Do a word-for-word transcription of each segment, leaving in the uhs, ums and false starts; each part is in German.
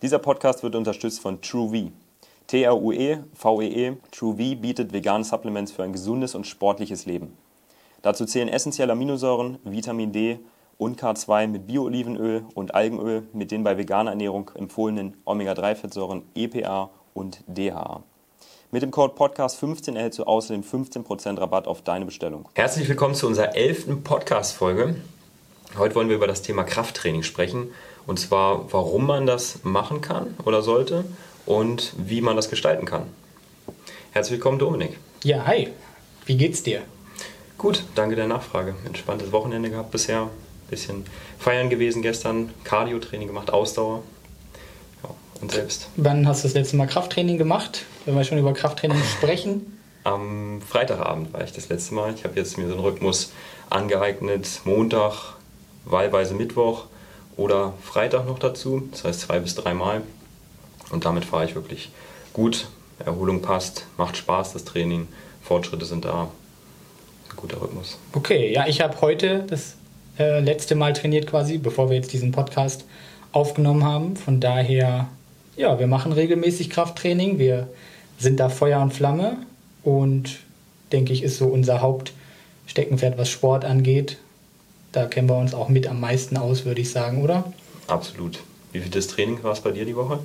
Dieser Podcast wird unterstützt von TrueV. T R U E V E E, TrueV bietet vegane Supplements für ein gesundes und sportliches Leben. Dazu zählen essentielle Aminosäuren, Vitamin D und K zwei mit Bio-Olivenöl und Algenöl mit den bei veganer Ernährung empfohlenen Omega drei Fettsäuren E P A und D H A. Mit dem Code Podcast fünfzehn erhältst du außerdem fünfzehn Prozent Rabatt auf deine Bestellung. Herzlich willkommen zu unserer elften Podcast-Folge. Heute wollen wir über das Thema Krafttraining sprechen. Und zwar, warum man das machen kann oder sollte und wie man das gestalten kann. Herzlich willkommen, Dominik. Ja, hi. Wie geht's dir? Gut, danke der Nachfrage. Entspanntes Wochenende gehabt bisher. Bisschen feiern gewesen gestern, Cardio-Training gemacht, Ausdauer. Ja, und selbst. Wann hast du das letzte Mal Krafttraining gemacht, wenn wir schon über Krafttraining sprechen? Am Freitagabend war ich das letzte Mal. Ich habe jetzt mir so einen Rhythmus angeeignet. Montag, wahlweise Mittwoch oder Freitag noch dazu. Das heißt zwei bis drei Mal. Und damit fahre ich wirklich gut. Erholung passt, macht Spaß das Training. Fortschritte sind da. Ein guter Rhythmus. Okay, ja, ich habe heute das äh, letzte Mal trainiert quasi, bevor wir jetzt diesen Podcast aufgenommen haben. Von daher, ja, wir machen regelmäßig Krafttraining. Wir sind da Feuer und Flamme. Und denke ich, ist so unser Hauptsteckenpferd, was Sport angeht. Da kennen wir uns auch mit am meisten aus, würde ich sagen, oder? Absolut. Wie viel das Training war es bei dir die Woche?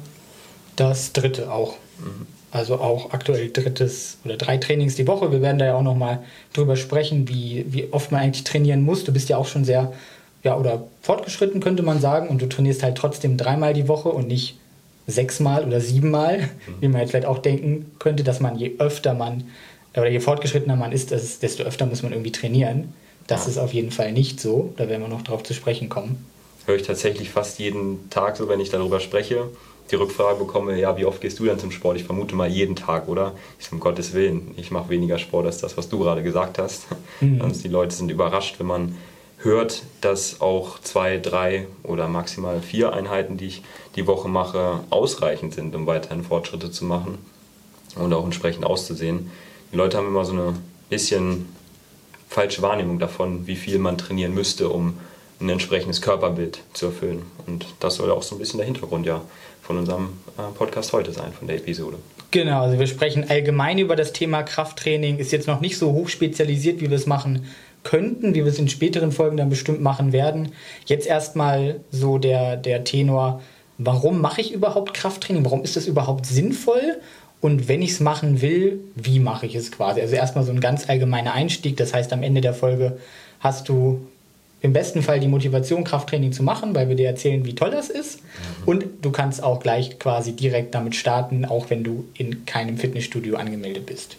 Das dritte auch. Mhm. Also auch aktuell drittes oder drei Trainings die Woche. Wir werden da ja auch nochmal drüber sprechen, wie, wie oft man eigentlich trainieren muss. Du bist ja auch schon sehr, ja, oder fortgeschritten, könnte man sagen. Und du trainierst halt trotzdem dreimal die Woche und nicht sechsmal oder siebenmal, mhm. wie man jetzt vielleicht auch denken könnte, dass man je öfter man, oder je fortgeschrittener man ist, desto öfter muss man irgendwie trainieren. Das ja. ist auf jeden Fall nicht so. Da werden wir noch drauf zu sprechen kommen. Höre ich tatsächlich fast jeden Tag so, wenn ich darüber spreche, die Rückfrage bekomme, ja, wie oft gehst du denn zum Sport? Ich vermute mal jeden Tag, oder? Ich sage, um Gottes Willen, ich mache weniger Sport als das, was du gerade gesagt hast. Mhm. Also die Leute sind überrascht, wenn man hört, dass auch zwei, drei oder maximal vier Einheiten, die ich die Woche mache, ausreichend sind, um weiterhin Fortschritte zu machen und auch entsprechend auszusehen. Die Leute haben immer so eine bisschen falsche Wahrnehmung davon, wie viel man trainieren müsste, um ein entsprechendes Körperbild zu erfüllen. Und das soll auch so ein bisschen der Hintergrund ja von unserem Podcast heute sein, von der Episode. Genau, also wir sprechen allgemein über das Thema Krafttraining. Ist jetzt noch nicht so hoch spezialisiert, wie wir es machen könnten, wie wir es in späteren Folgen dann bestimmt machen werden. Jetzt erstmal so der, der Tenor, warum mache ich überhaupt Krafttraining? Warum ist das überhaupt sinnvoll? Und wenn ich es machen will, wie mache ich es quasi? Also erstmal so ein ganz allgemeiner Einstieg. Das heißt, am Ende der Folge hast du im besten Fall die Motivation, Krafttraining zu machen, weil wir dir erzählen, wie toll das ist. Mhm. Und du kannst auch gleich quasi direkt damit starten, auch wenn du in keinem Fitnessstudio angemeldet bist.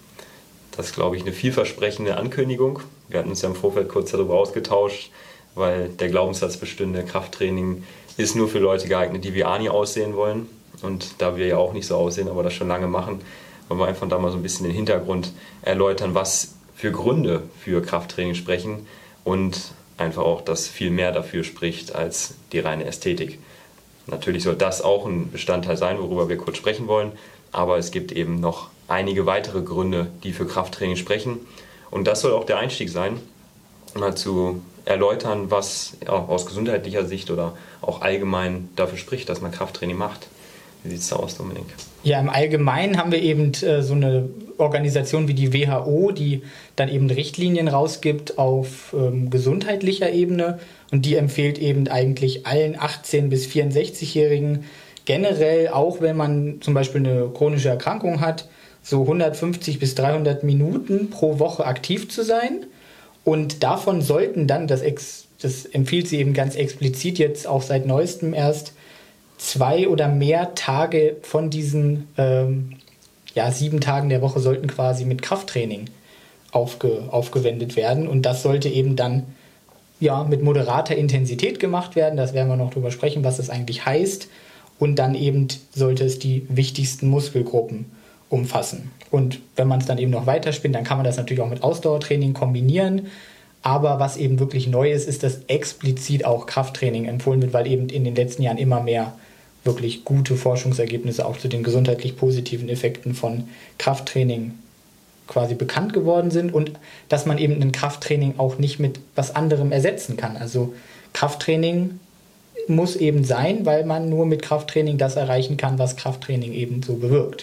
Das ist, glaube ich, eine vielversprechende Ankündigung. Wir hatten uns ja im Vorfeld kurz darüber ausgetauscht, weil der Glaubenssatz bestünde, Krafttraining ist nur für Leute geeignet, die wie Ani aussehen wollen. Und da wir ja auch nicht so aussehen, aber das schon lange machen, wollen wir einfach da mal so ein bisschen den Hintergrund erläutern, was für Gründe für Krafttraining sprechen und einfach auch, dass viel mehr dafür spricht als die reine Ästhetik. Natürlich soll das auch ein Bestandteil sein, worüber wir kurz sprechen wollen, aber es gibt eben noch einige weitere Gründe, die für Krafttraining sprechen. Und das soll auch der Einstieg sein, mal zu erläutern, was ja, aus gesundheitlicher Sicht oder auch allgemein dafür spricht, dass man Krafttraining macht. Wie sieht es da aus, Dominik? Ja, im Allgemeinen haben wir eben äh, so eine Organisation wie die W H O, die dann eben Richtlinien rausgibt auf ähm, gesundheitlicher Ebene. Und die empfiehlt eben eigentlich allen achtzehn- bis vierundsechzigjährigen generell, auch wenn man zum Beispiel eine chronische Erkrankung hat, so hundertfünfzig bis dreihundert Minuten pro Woche aktiv zu sein. Und davon sollten dann, das, ex, das empfiehlt sie eben ganz explizit jetzt auch seit neuestem erst, zwei oder mehr Tage von diesen ähm, ja, sieben Tagen der Woche sollten quasi mit Krafttraining aufge, aufgewendet werden. Und das sollte eben dann ja, mit moderater Intensität gemacht werden. Das werden wir noch drüber sprechen, was das eigentlich heißt. Und dann eben sollte es die wichtigsten Muskelgruppen umfassen. Und wenn man es dann eben noch weiterspinnt, dann kann man das natürlich auch mit Ausdauertraining kombinieren. Aber was eben wirklich neu ist, ist, dass explizit auch Krafttraining empfohlen wird, weil eben in den letzten Jahren immer mehr wirklich gute Forschungsergebnisse auch zu den gesundheitlich positiven Effekten von Krafttraining quasi bekannt geworden sind und dass man eben ein Krafttraining auch nicht mit was anderem ersetzen kann. Also Krafttraining muss eben sein, weil man nur mit Krafttraining das erreichen kann, was Krafttraining eben so bewirkt.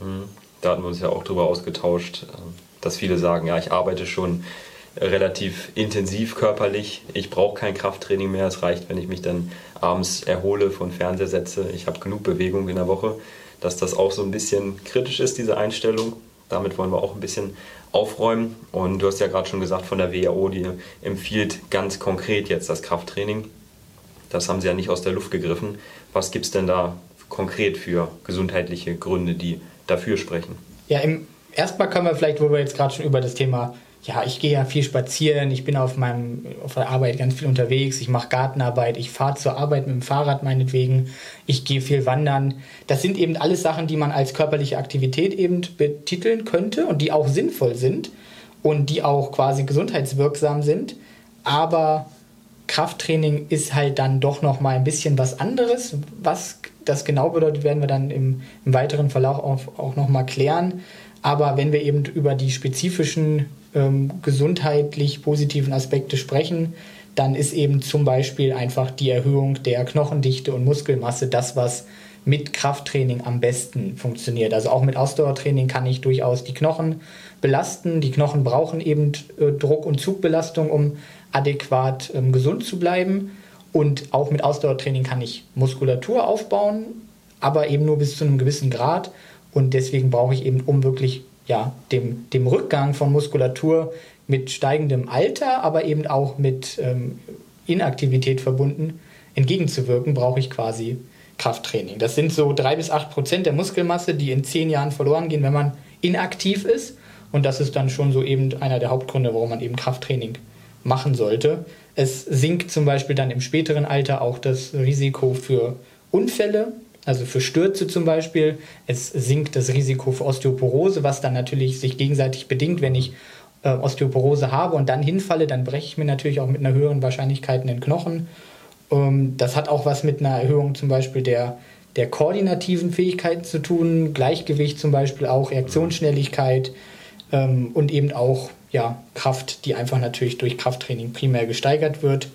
Da hatten wir uns ja auch drüber ausgetauscht, dass viele sagen, ja, ich arbeite schon relativ intensiv körperlich, ich brauche kein Krafttraining mehr, es reicht, wenn ich mich dann abends erhole, von Fernseher setze, ich habe genug Bewegung in der Woche, dass das auch so ein bisschen kritisch ist, diese Einstellung. Damit wollen wir auch ein bisschen aufräumen. Und du hast ja gerade schon gesagt von der W H O, die empfiehlt ganz konkret jetzt das Krafttraining. Das haben sie ja nicht aus der Luft gegriffen. Was gibt es denn da konkret für gesundheitliche Gründe, die dafür sprechen? Ja, im, erstmal können wir vielleicht, wo wir jetzt gerade schon über das Thema, ja, ich gehe ja viel spazieren, ich bin auf, meinem, auf der Arbeit ganz viel unterwegs, ich mache Gartenarbeit, ich fahre zur Arbeit mit dem Fahrrad meinetwegen, ich gehe viel wandern. Das sind eben alles Sachen, die man als körperliche Aktivität eben betiteln könnte und die auch sinnvoll sind und die auch quasi gesundheitswirksam sind. Aber Krafttraining ist halt dann doch noch mal ein bisschen was anderes. Was das genau bedeutet, werden wir dann im, im weiteren Verlauf auch, auch noch mal klären. Aber wenn wir eben über die spezifischen ähm, gesundheitlich positiven Aspekte sprechen, dann ist eben zum Beispiel einfach die Erhöhung der Knochendichte und Muskelmasse das, was mit Krafttraining am besten funktioniert. Also auch mit Ausdauertraining kann ich durchaus die Knochen belasten. Die Knochen brauchen eben äh, Druck- und Zugbelastung, um adäquat ähm, gesund zu bleiben. Und auch mit Ausdauertraining kann ich Muskulatur aufbauen, aber eben nur bis zu einem gewissen Grad. Und deswegen brauche ich eben, um wirklich ja, dem, dem Rückgang von Muskulatur mit steigendem Alter, aber eben auch mit ähm, Inaktivität verbunden, entgegenzuwirken, brauche ich quasi Krafttraining. Das sind so drei bis acht Prozent der Muskelmasse, die in zehn Jahren verloren gehen, wenn man inaktiv ist. Und das ist dann schon so eben einer der Hauptgründe, warum man eben Krafttraining machen sollte. Es sinkt zum Beispiel dann im späteren Alter auch das Risiko für Unfälle, also für Stürze zum Beispiel. Es sinkt das Risiko für Osteoporose, was dann natürlich sich gegenseitig bedingt. Wenn ich äh, Osteoporose habe und dann hinfalle, dann breche ich mir natürlich auch mit einer höheren Wahrscheinlichkeit den Knochen. Ähm, das hat auch was mit einer Erhöhung zum Beispiel der, der koordinativen Fähigkeiten zu tun, Gleichgewicht zum Beispiel auch, Reaktionsschnelligkeit ähm, und eben auch ja, Kraft, die einfach natürlich durch Krafttraining primär gesteigert wird.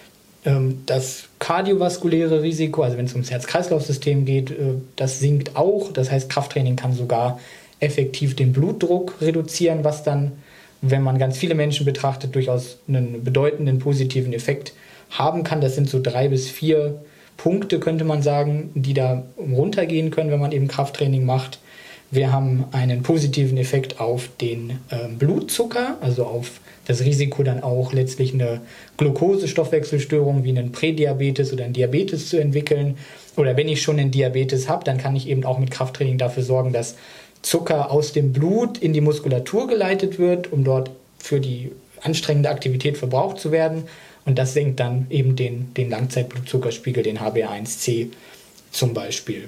Das kardiovaskuläre Risiko, also wenn es ums Herz-Kreislauf-System geht, das sinkt auch. Das heißt, Krafttraining kann sogar effektiv den Blutdruck reduzieren, was dann, wenn man ganz viele Menschen betrachtet, durchaus einen bedeutenden positiven Effekt haben kann. Das sind so drei bis vier Punkte, könnte man sagen, die da runtergehen können, wenn man eben Krafttraining macht. Wir haben einen positiven Effekt auf den äh, Blutzucker, also auf das Risiko dann auch letztlich eine Glukosestoffwechselstörung wie einen Prädiabetes oder einen Diabetes zu entwickeln. Oder wenn ich schon einen Diabetes habe, dann kann ich eben auch mit Krafttraining dafür sorgen, dass Zucker aus dem Blut in die Muskulatur geleitet wird, um dort für die anstrengende Aktivität verbraucht zu werden. Und das senkt dann eben den, den Langzeitblutzuckerspiegel, den H b A eins C zum Beispiel.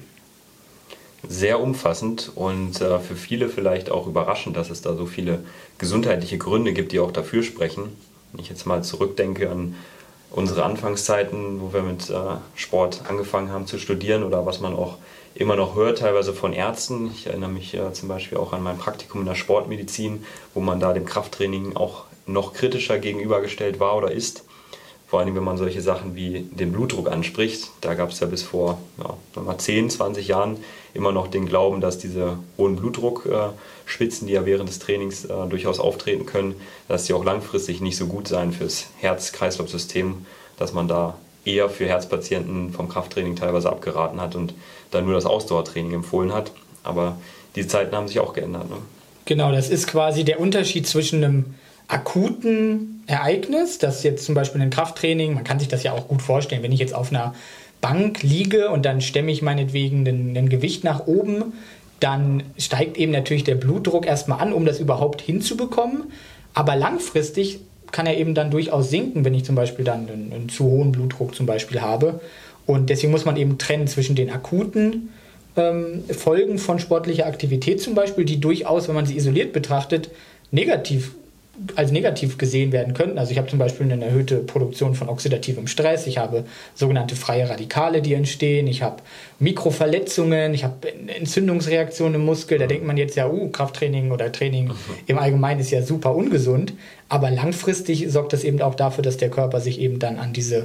Sehr umfassend und äh, für viele vielleicht auch überraschend, dass es da so viele gesundheitliche Gründe gibt, die auch dafür sprechen. Wenn ich jetzt mal zurückdenke an unsere Anfangszeiten, wo wir mit äh, Sport angefangen haben zu studieren oder was man auch immer noch hört, teilweise von Ärzten. Ich erinnere mich äh, zum Beispiel auch an mein Praktikum in der Sportmedizin, wo man da dem Krafttraining auch noch kritischer gegenübergestellt war oder ist. Vor allem, wenn man solche Sachen wie den Blutdruck anspricht. Da gab es ja bis vor ja, zehn, zwanzig Jahren immer noch den Glauben, dass diese hohen Blutdruckspitzen, äh, die ja während des Trainings äh, durchaus auftreten können, dass die auch langfristig nicht so gut sein fürs Herz-Kreislauf-System, dass man da eher für Herzpatienten vom Krafttraining teilweise abgeraten hat und dann nur das Ausdauertraining empfohlen hat. Aber die Zeiten haben sich auch geändert. Ne? Genau, das ist quasi der Unterschied zwischen einem akuten Ereignis, das jetzt zum Beispiel ein Krafttraining, man kann sich das ja auch gut vorstellen, wenn ich jetzt auf einer Bank liege und dann stemme ich meinetwegen ein, ein Gewicht nach oben, dann steigt eben natürlich der Blutdruck erstmal an, um das überhaupt hinzubekommen, aber langfristig kann er eben dann durchaus sinken, wenn ich zum Beispiel dann einen, einen zu hohen Blutdruck zum Beispiel habe, und deswegen muss man eben trennen zwischen den akuten ähm, Folgen von sportlicher Aktivität zum Beispiel, die durchaus, wenn man sie isoliert betrachtet, negativ als negativ gesehen werden könnten. Also ich habe zum Beispiel eine erhöhte Produktion von oxidativem Stress, ich habe sogenannte freie Radikale, die entstehen, ich habe Mikroverletzungen, ich habe Entzündungsreaktionen im Muskel. Da denkt man jetzt ja, uh, Krafttraining oder Training im Allgemeinen ist ja super ungesund, aber langfristig sorgt das eben auch dafür, dass der Körper sich eben dann an diese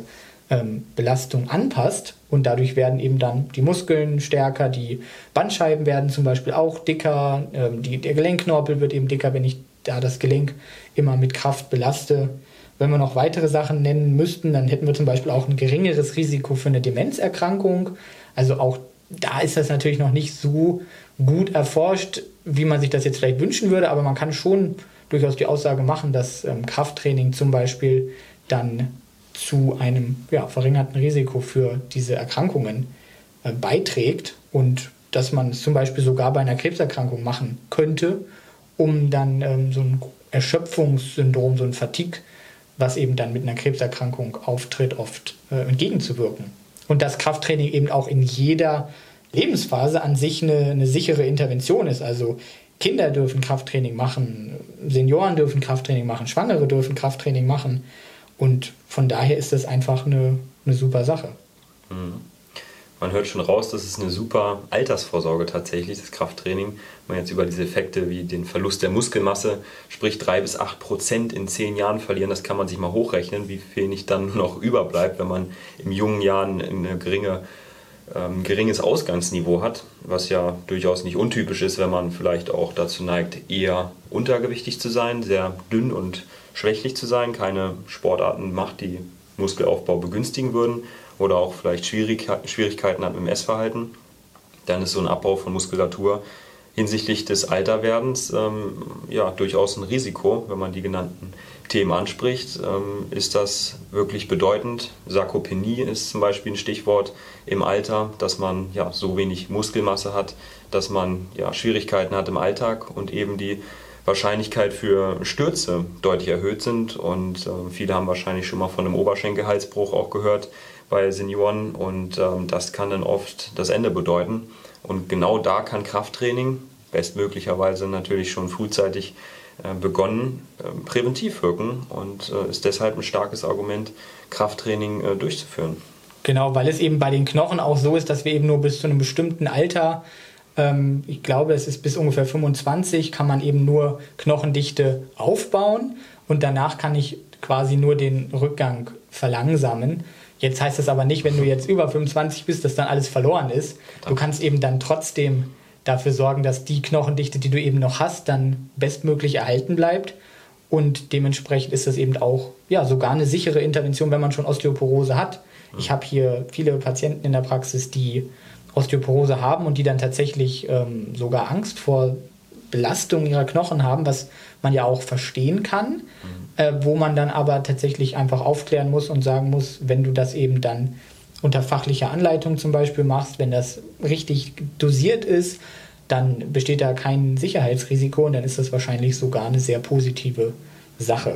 ähm, Belastung anpasst und dadurch werden eben dann die Muskeln stärker, die Bandscheiben werden zum Beispiel auch dicker, ähm, die, der Gelenkknorpel wird eben dicker, wenn ich da das Gelenk immer mit Kraft belaste. Wenn wir noch weitere Sachen nennen müssten, dann hätten wir zum Beispiel auch ein geringeres Risiko für eine Demenzerkrankung. Also auch da ist das natürlich noch nicht so gut erforscht, wie man sich das jetzt vielleicht wünschen würde, aber man kann schon durchaus die Aussage machen, dass ähm, Krafttraining zum Beispiel dann zu einem ja, verringerten Risiko für diese Erkrankungen äh, beiträgt und dass man es zum Beispiel sogar bei einer Krebserkrankung machen könnte, um dann ähm, so ein Erschöpfungssyndrom, so ein Fatigue, was eben dann mit einer Krebserkrankung auftritt, oft äh, entgegenzuwirken. Und dass Krafttraining eben auch in jeder Lebensphase an sich eine, eine sichere Intervention ist. Also Kinder dürfen Krafttraining machen, Senioren dürfen Krafttraining machen, Schwangere dürfen Krafttraining machen. Und von daher ist das einfach eine, eine super Sache. Mhm. Man hört schon raus, das ist eine super Altersvorsorge tatsächlich, das Krafttraining. Wenn man jetzt über diese Effekte wie den Verlust der Muskelmasse, sprich drei bis acht Prozent in zehn Jahren verlieren, das kann man sich mal hochrechnen, wie wenig dann nur noch überbleibt, wenn man in jungen Jahren eine geringe, ähm, geringes Ausgangsniveau hat, was ja durchaus nicht untypisch ist, wenn man vielleicht auch dazu neigt, eher untergewichtig zu sein, sehr dünn und schwächlich zu sein, keine Sportarten macht, die Muskelaufbau begünstigen würden oder auch vielleicht Schwierigkeiten hat mit dem Essverhalten, dann ist so ein Abbau von Muskulatur hinsichtlich des Alterwerdens ähm, ja, durchaus ein Risiko. Wenn man die genannten Themen anspricht, ähm, ist das wirklich bedeutend. Sarkopenie ist zum Beispiel ein Stichwort im Alter, dass man ja, so wenig Muskelmasse hat, dass man ja, Schwierigkeiten hat im Alltag und eben die Wahrscheinlichkeit für Stürze deutlich erhöht sind und äh, viele haben wahrscheinlich schon mal von einem Oberschenkelhalsbruch auch gehört bei Senioren und ähm, das kann dann oft das Ende bedeuten und genau da kann Krafttraining bestmöglicherweise natürlich schon frühzeitig äh, begonnen äh, präventiv wirken und äh, ist deshalb ein starkes Argument, Krafttraining äh, durchzuführen. Genau, weil es eben bei den Knochen auch so ist, dass wir eben nur bis zu einem bestimmten Alter, ähm, ich glaube es ist bis ungefähr fünfundzwanzig, kann man eben nur Knochendichte aufbauen und danach kann ich quasi nur den Rückgang verlangsamen. Jetzt heißt das aber nicht, wenn du jetzt über fünfundzwanzig bist, dass dann alles verloren ist. Du kannst eben dann trotzdem dafür sorgen, dass die Knochendichte, die du eben noch hast, dann bestmöglich erhalten bleibt. Und dementsprechend ist das eben auch ja, sogar eine sichere Intervention, wenn man schon Osteoporose hat. Ich habe hier viele Patienten in der Praxis, die Osteoporose haben und die dann tatsächlich ähm, sogar Angst vor Belastung ihrer Knochen haben, was man ja auch verstehen kann, mhm. äh, wo man dann aber tatsächlich einfach aufklären muss und sagen muss, wenn du das eben dann unter fachlicher Anleitung zum Beispiel machst, wenn das richtig dosiert ist, dann besteht da kein Sicherheitsrisiko und dann ist das wahrscheinlich sogar eine sehr positive Sache.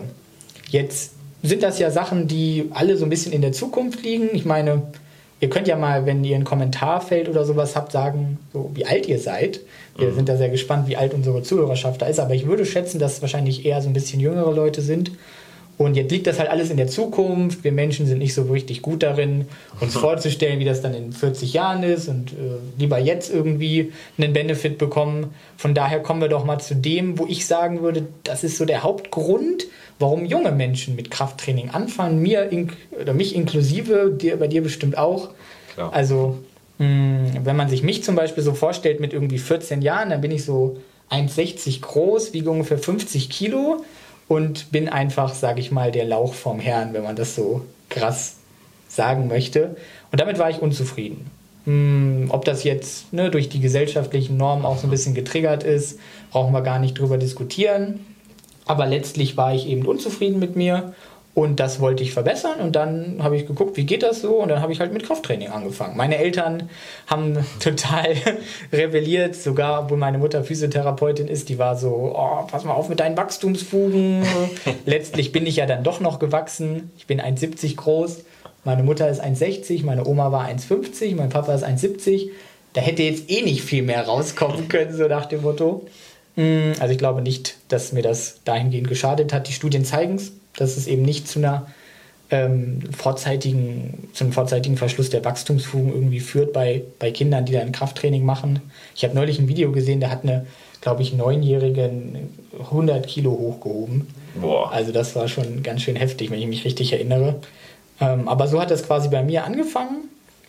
Jetzt sind das ja Sachen, die alle so ein bisschen in der Zukunft liegen. Ich meine, ihr könnt ja mal, wenn ihr ein Kommentarfeld oder sowas habt, sagen, so, wie alt ihr seid. Wir mhm. sind da sehr gespannt, wie alt unsere Zuhörerschaft da ist. Aber ich würde schätzen, dass es wahrscheinlich eher so ein bisschen jüngere Leute sind. Und jetzt liegt das halt alles in der Zukunft. Wir Menschen sind nicht so richtig gut darin, uns vorzustellen, wie das dann in vierzig Jahren ist und äh, lieber jetzt irgendwie einen Benefit bekommen. Von daher kommen wir doch mal zu dem, wo ich sagen würde, das ist so der Hauptgrund, warum junge Menschen mit Krafttraining anfangen. Mir ink- oder mich inklusive, dir, bei dir bestimmt auch. Klar. Also mh, wenn man sich mich zum Beispiel so vorstellt mit irgendwie vierzehn Jahren, dann bin ich so eins Komma sechzig groß, wiege ungefähr fünfzig Kilo. Und bin einfach, sage ich mal, der Lauch vom Herrn, wenn man das so krass sagen möchte. Und damit war ich unzufrieden. Hm, ob das jetzt ne, durch die gesellschaftlichen Normen auch so ein bisschen getriggert ist, brauchen wir gar nicht drüber diskutieren. Aber letztlich war ich eben unzufrieden mit mir und das wollte ich verbessern. Und dann habe ich geguckt, wie geht das so? Und dann habe ich halt mit Krafttraining angefangen. Meine Eltern haben total rebelliert, sogar obwohl meine Mutter Physiotherapeutin ist. Die war so, oh, pass mal auf mit deinen Wachstumsfugen. Letztlich bin ich ja dann doch noch gewachsen. Ich bin eins Komma siebzig groß. Meine Mutter ist eins Komma sechzig, meine Oma war eins Komma fünfzig, mein Papa ist eins Komma siebzig. Da hätte jetzt eh nicht viel mehr rauskommen können, so nach dem Motto. Also ich glaube nicht, dass mir das dahingehend geschadet hat. Die Studien zeigen es, dass es eben nicht zu einer ähm, vorzeitigen, zu einem vorzeitigen Verschluss der Wachstumsfugen irgendwie führt bei, bei Kindern, die da ein Krafttraining machen. Ich habe neulich ein Video gesehen, da hat eine, glaube ich, Neunjährige hundert Kilo hochgehoben. Boah. Also das war schon ganz schön heftig, wenn ich mich richtig erinnere. Ähm, aber so hat das quasi bei mir angefangen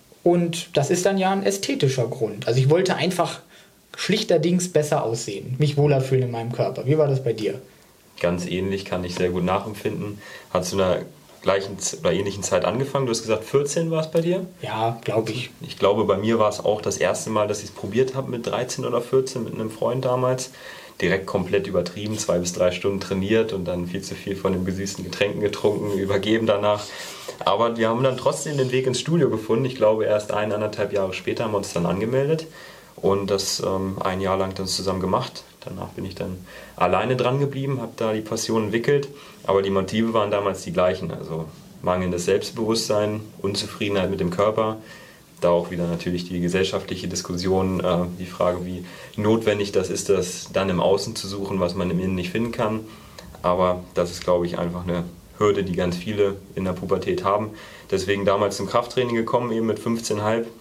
und das ist dann ja ein ästhetischer Grund. Also ich wollte einfach schlichterdings besser aussehen, mich wohler fühlen in meinem Körper. Wie war das bei dir? Ganz ähnlich, kann ich sehr gut nachempfinden. Hat zu einer gleichen oder ähnlichen Zeit angefangen? Du hast gesagt, vierzehn war es bei dir? Ja, glaube ich. Ich glaube, bei mir war es auch das erste Mal, dass ich es probiert habe mit dreizehn oder vierzehn, mit einem Freund damals. Direkt komplett übertrieben, zwei bis drei Stunden trainiert und dann viel zu viel von den gesüßten Getränken getrunken, übergeben danach. Aber wir haben dann trotzdem den Weg ins Studio gefunden. Ich glaube, erst ein, anderthalb Jahre später haben wir uns dann angemeldet und das ähm, ein Jahr lang dann zusammen gemacht. Danach bin ich dann alleine dran geblieben, habe da die Passion entwickelt, aber die Motive waren damals die gleichen. Also mangelndes Selbstbewusstsein, Unzufriedenheit mit dem Körper, da auch wieder natürlich die gesellschaftliche Diskussion, äh, die Frage, wie notwendig das ist, das dann im Außen zu suchen, was man im Innen nicht finden kann. Aber das ist, glaube ich, einfach eine Hürde, die ganz viele in der Pubertät haben. Deswegen damals zum Krafttraining gekommen, eben mit fünfzehn Komma fünf.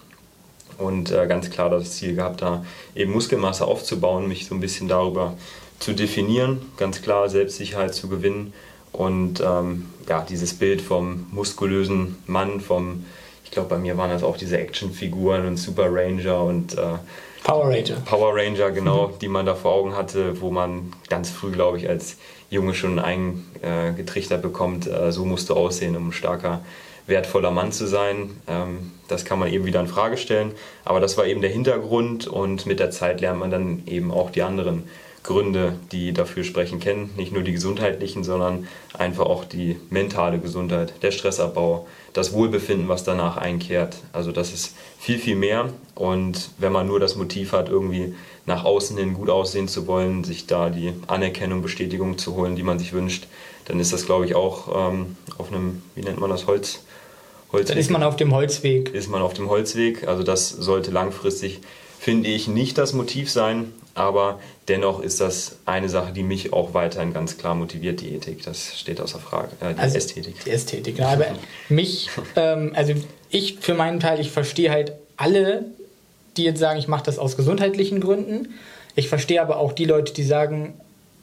Und äh, ganz klar das Ziel gehabt, da eben Muskelmasse aufzubauen, mich so ein bisschen darüber zu definieren, ganz klar Selbstsicherheit zu gewinnen und ähm, ja, dieses Bild vom muskulösen Mann, vom, ich glaube bei mir waren das auch diese Actionfiguren und Super Ranger und äh, Power Ranger. Power Ranger, genau, die man da vor Augen hatte, wo man ganz früh, glaube ich, als Junge schon eingetrichtert bekommt, äh, so musst du aussehen, um ein starker, wertvoller Mann zu sein. Ähm, das kann man eben wieder in Frage stellen. Aber das war eben der Hintergrund und mit der Zeit lernt man dann eben auch die anderen Gründe, die dafür sprechen, kennen. Nicht nur die gesundheitlichen, sondern einfach auch die mentale Gesundheit, der Stressabbau, das Wohlbefinden, was danach einkehrt. Also das ist viel, viel mehr. Und wenn man nur das Motiv hat, irgendwie nach außen hin gut aussehen zu wollen, sich da die Anerkennung, Bestätigung zu holen, die man sich wünscht, dann ist das, glaube ich, auch ähm, auf einem, wie nennt man das, Holz? Holzweg. Dann ist man auf dem Holzweg. Ist man auf dem Holzweg. Also das sollte langfristig, finde ich, nicht das Motiv sein. Aber dennoch ist das eine Sache, die mich auch weiterhin ganz klar motiviert, die Ethik. Das steht außer Frage. Äh, die also Ästhetik. Die Ästhetik. Ja, aber mich, ähm, also ich für meinen Teil, ich verstehe halt alle, die jetzt sagen, ich mache das aus gesundheitlichen Gründen. Ich verstehe aber auch die Leute, die sagen,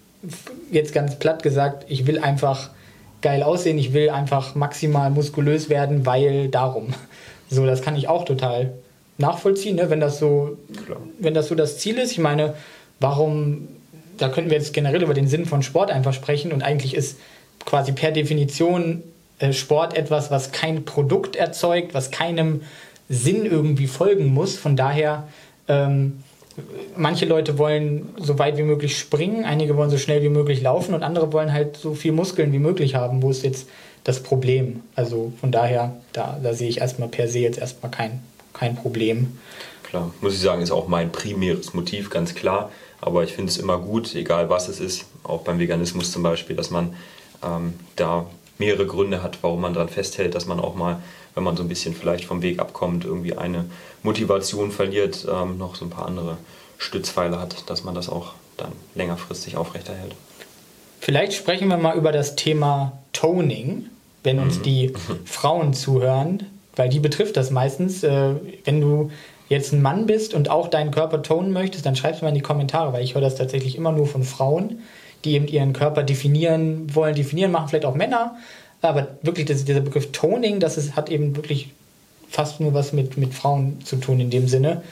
jetzt ganz platt gesagt, ich will einfach geil aussehen, ich will einfach maximal muskulös werden, weil darum. So, das kann ich auch total nachvollziehen, ne? wenn das so, Klar. wenn das so das Ziel ist. Ich meine, warum, da könnten wir jetzt generell über den Sinn von Sport einfach sprechen und eigentlich ist quasi per Definition äh, Sport etwas, was kein Produkt erzeugt, was keinem Sinn irgendwie folgen muss. Von daher, ähm, manche Leute wollen so weit wie möglich springen, einige wollen so schnell wie möglich laufen und andere wollen halt so viel Muskeln wie möglich haben. Wo ist jetzt das Problem? Also von daher, da, da sehe ich erstmal per se jetzt erstmal kein, kein Problem. Klar, muss ich sagen, ist auch mein primäres Motiv, ganz klar. Aber ich finde es immer gut, egal was es ist, auch beim Veganismus zum Beispiel, dass man ähm, da mehrere Gründe hat, warum man daran festhält, dass man auch mal, wenn man so ein bisschen vielleicht vom Weg abkommt, irgendwie eine Motivation verliert, ähm, noch so ein paar andere Stützpfeiler hat, dass man das auch dann längerfristig aufrechterhält. Vielleicht sprechen wir mal über das Thema Toning, wenn uns mhm. die Frauen zuhören, weil die betrifft das meistens. Äh, wenn du jetzt ein Mann bist und auch deinen Körper tonen möchtest, dann schreib es mal in die Kommentare, weil ich höre das tatsächlich immer nur von Frauen, die eben ihren Körper definieren wollen. Definieren machen vielleicht auch Männer, aber wirklich das, dieser Begriff Toning, das ist, hat eben wirklich fast nur was mit, mit Frauen zu tun in dem Sinne.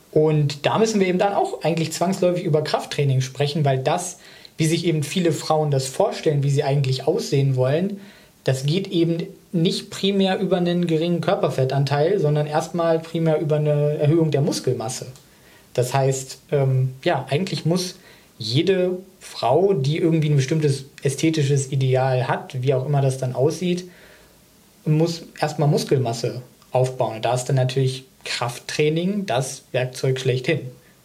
Und da müssen wir eben dann auch eigentlich zwangsläufig über Krafttraining sprechen, weil das, wie sich eben viele Frauen das vorstellen, wie sie eigentlich aussehen wollen, das geht eben nicht primär über einen geringen Körperfettanteil, sondern erstmal primär über eine Erhöhung der Muskelmasse. Das heißt, ähm, ja, eigentlich muss jede Frau, die irgendwie ein bestimmtes ästhetisches Ideal hat, wie auch immer das dann aussieht, muss erstmal Muskelmasse aufbauen. Da ist dann natürlich Krafttraining das Werkzeug schlechthin.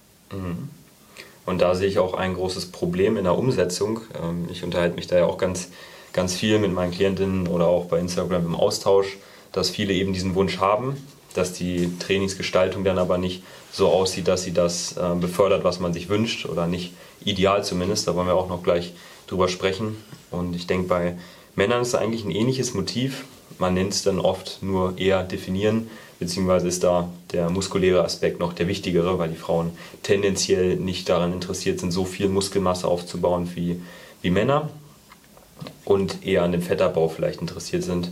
Und da sehe ich auch ein großes Problem in der Umsetzung. Ich unterhalte mich da ja auch ganz, ganz viel mit meinen Klientinnen oder auch bei Instagram im Austausch, dass viele eben diesen Wunsch haben, dass die Trainingsgestaltung dann aber nicht so aussieht, dass sie das befördert, was man sich wünscht oder nicht ideal zumindest. Da wollen wir auch noch gleich drüber sprechen. Und ich denke, bei Männern ist es eigentlich ein ähnliches Motiv. Man nennt es dann oft nur eher definieren, beziehungsweise ist da der muskuläre Aspekt noch der wichtigere, weil die Frauen tendenziell nicht daran interessiert sind, so viel Muskelmasse aufzubauen wie, wie Männer und eher an dem Fettabbau vielleicht interessiert sind.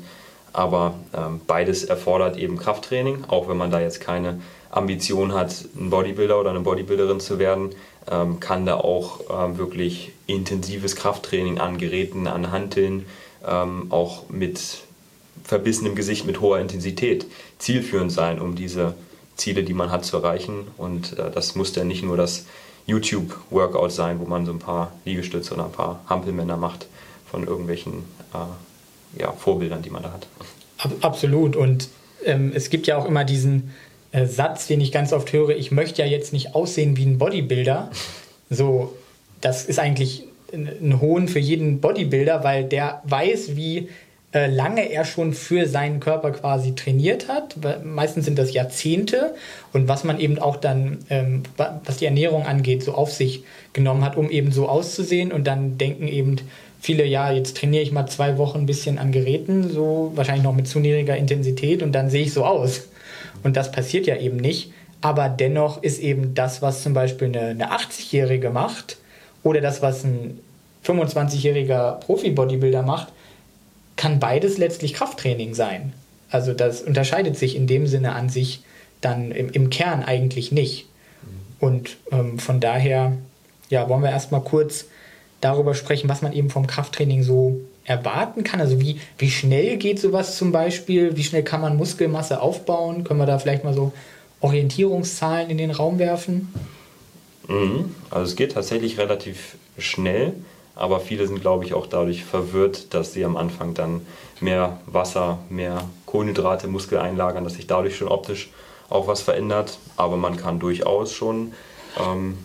Aber ähm, beides erfordert eben Krafttraining, auch wenn man da jetzt keine Ambition hat, ein Bodybuilder oder eine Bodybuilderin zu werden, ähm, kann da auch ähm, wirklich intensives Krafttraining an Geräten, an Hanteln, ähm, auch mit verbissenem Gesicht, mit hoher Intensität zielführend sein, um diese Ziele, die man hat, zu erreichen. Und äh, das muss dann nicht nur das YouTube-Workout sein, wo man so ein paar Liegestütze oder ein paar Hampelmänner macht von irgendwelchen äh, ja, Vorbildern, die man da hat. Absolut. Und ähm, es gibt ja auch immer diesen äh, Satz, den ich ganz oft höre, ich möchte ja jetzt nicht aussehen wie ein Bodybuilder. So, das ist eigentlich ein, ein Hohn für jeden Bodybuilder, weil der weiß, wie äh, lange er schon für seinen Körper quasi trainiert hat. Meistens sind das Jahrzehnte. Und was man eben auch dann, ähm, was die Ernährung angeht, so auf sich genommen hat, um eben so auszusehen. Und dann denken eben viele, ja, jetzt trainiere ich mal zwei Wochen ein bisschen an Geräten, so wahrscheinlich noch mit zu niedriger Intensität und dann sehe ich so aus. Und das passiert ja eben nicht. Aber dennoch ist eben das, was zum Beispiel eine, eine achtzigjährige macht oder das, was ein fünfundzwanzigjähriger Profi-Bodybuilder macht, kann beides letztlich Krafttraining sein. Also das unterscheidet sich in dem Sinne an sich dann im, im Kern eigentlich nicht. Und ähm, von daher, ja, wollen wir erstmal kurz darüber sprechen, was man eben vom Krafttraining so erwarten kann. Also wie, wie schnell geht sowas zum Beispiel? Wie schnell kann man Muskelmasse aufbauen? Können wir da vielleicht mal so Orientierungszahlen in den Raum werfen? Mhm. Also es geht tatsächlich relativ schnell, aber viele sind, glaube ich, auch dadurch verwirrt, dass sie am Anfang dann mehr Wasser, mehr Kohlenhydrate im Muskel einlagern, dass sich dadurch schon optisch auch was verändert. Aber man kann durchaus schon, ähm,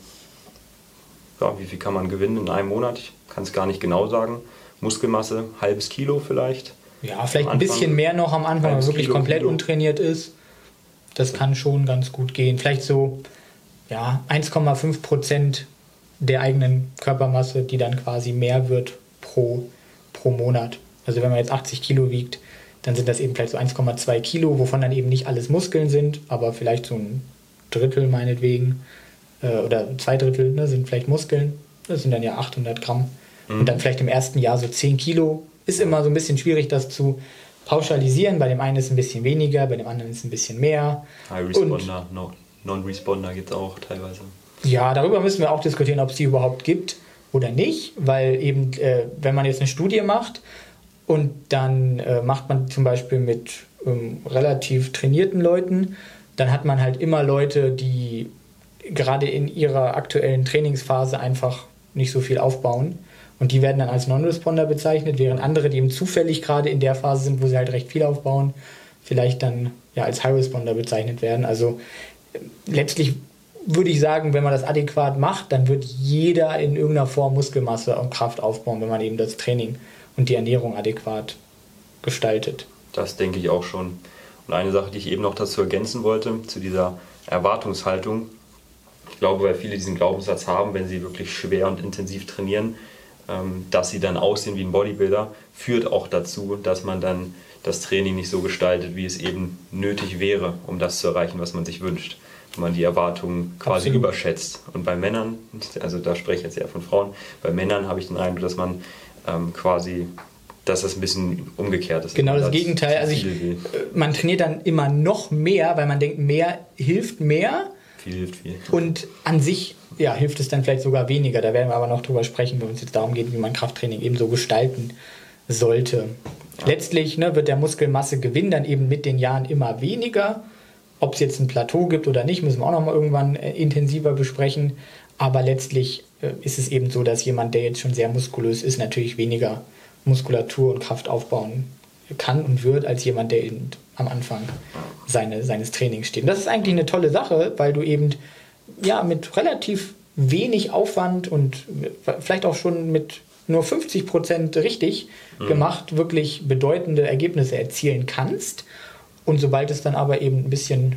ja, wie viel kann man gewinnen in einem Monat? Ich kann es gar nicht genau sagen. Muskelmasse, halbes Kilo vielleicht. Ja, vielleicht ein bisschen mehr noch am Anfang, wenn man wirklich Kilo, komplett Kilo. untrainiert ist. Das kann schon ganz gut gehen. Vielleicht so ja, eins Komma fünf Prozent der eigenen Körpermasse, die dann quasi mehr wird pro, pro Monat. Also wenn man jetzt achtzig Kilo wiegt, dann sind das eben vielleicht so eins Komma zwei Kilo, wovon dann eben nicht alles Muskeln sind, aber vielleicht so ein Drittel meinetwegen äh, oder zwei Drittel ne, sind vielleicht Muskeln. Das sind dann ja achthundert Gramm. Mhm. Und dann vielleicht im ersten Jahr so zehn Kilo. Ist immer so ein bisschen schwierig, das zu pauschalisieren. Bei dem einen ist es ein bisschen weniger, bei dem anderen ist es ein bisschen mehr. High Responder, no, Non-Responder gibt es auch teilweise. Ja, darüber müssen wir auch diskutieren, ob es die überhaupt gibt oder nicht, weil eben, äh, wenn man jetzt eine Studie macht und dann äh, macht man zum Beispiel mit ähm, relativ trainierten Leuten, dann hat man halt immer Leute, die gerade in ihrer aktuellen Trainingsphase einfach nicht so viel aufbauen und die werden dann als Non-Responder bezeichnet, während andere, die eben zufällig gerade in der Phase sind, wo sie halt recht viel aufbauen, vielleicht dann ja als High Responder bezeichnet werden. Also äh, letztlich würde ich sagen, wenn man das adäquat macht, dann wird jeder in irgendeiner Form Muskelmasse und Kraft aufbauen, wenn man eben das Training und die Ernährung adäquat gestaltet. Das denke ich auch schon. Und eine Sache, die ich eben noch dazu ergänzen wollte, zu dieser Erwartungshaltung. Ich glaube, weil viele diesen Glaubenssatz haben, wenn sie wirklich schwer und intensiv trainieren, dass sie dann aussehen wie ein Bodybuilder, führt auch dazu, dass man dann das Training nicht so gestaltet, wie es eben nötig wäre, um das zu erreichen, was man sich wünscht. Wenn man die Erwartungen quasi Absolut. überschätzt. Und bei Männern, also da spreche ich jetzt eher von Frauen, bei Männern habe ich den Eindruck, dass man ähm, quasi, dass das ein bisschen umgekehrt ist. Genau das Dass Gegenteil. Also ich, man trainiert dann immer noch mehr, weil man denkt, mehr hilft mehr. Viel hilft viel. Und an sich ja, hilft es dann vielleicht sogar weniger. Da werden wir aber noch drüber sprechen, wenn es jetzt darum geht, wie man Krafttraining eben so gestalten sollte. Ja. Letztlich ne, wird der Muskelmassegewinn dann eben mit den Jahren immer weniger. Ob es jetzt ein Plateau gibt oder nicht, müssen wir auch noch mal irgendwann äh, intensiver besprechen. Aber letztlich äh, ist es eben so, dass jemand, der jetzt schon sehr muskulös ist, natürlich weniger Muskulatur und Kraft aufbauen kann und wird, als jemand, der eben am Anfang seine, seines Trainings steht. Und das ist eigentlich eine tolle Sache, weil du eben ja, mit relativ wenig Aufwand und vielleicht auch schon mit nur fünfzig Prozent richtig mhm. gemacht, wirklich bedeutende Ergebnisse erzielen kannst. Und sobald es dann aber eben ein bisschen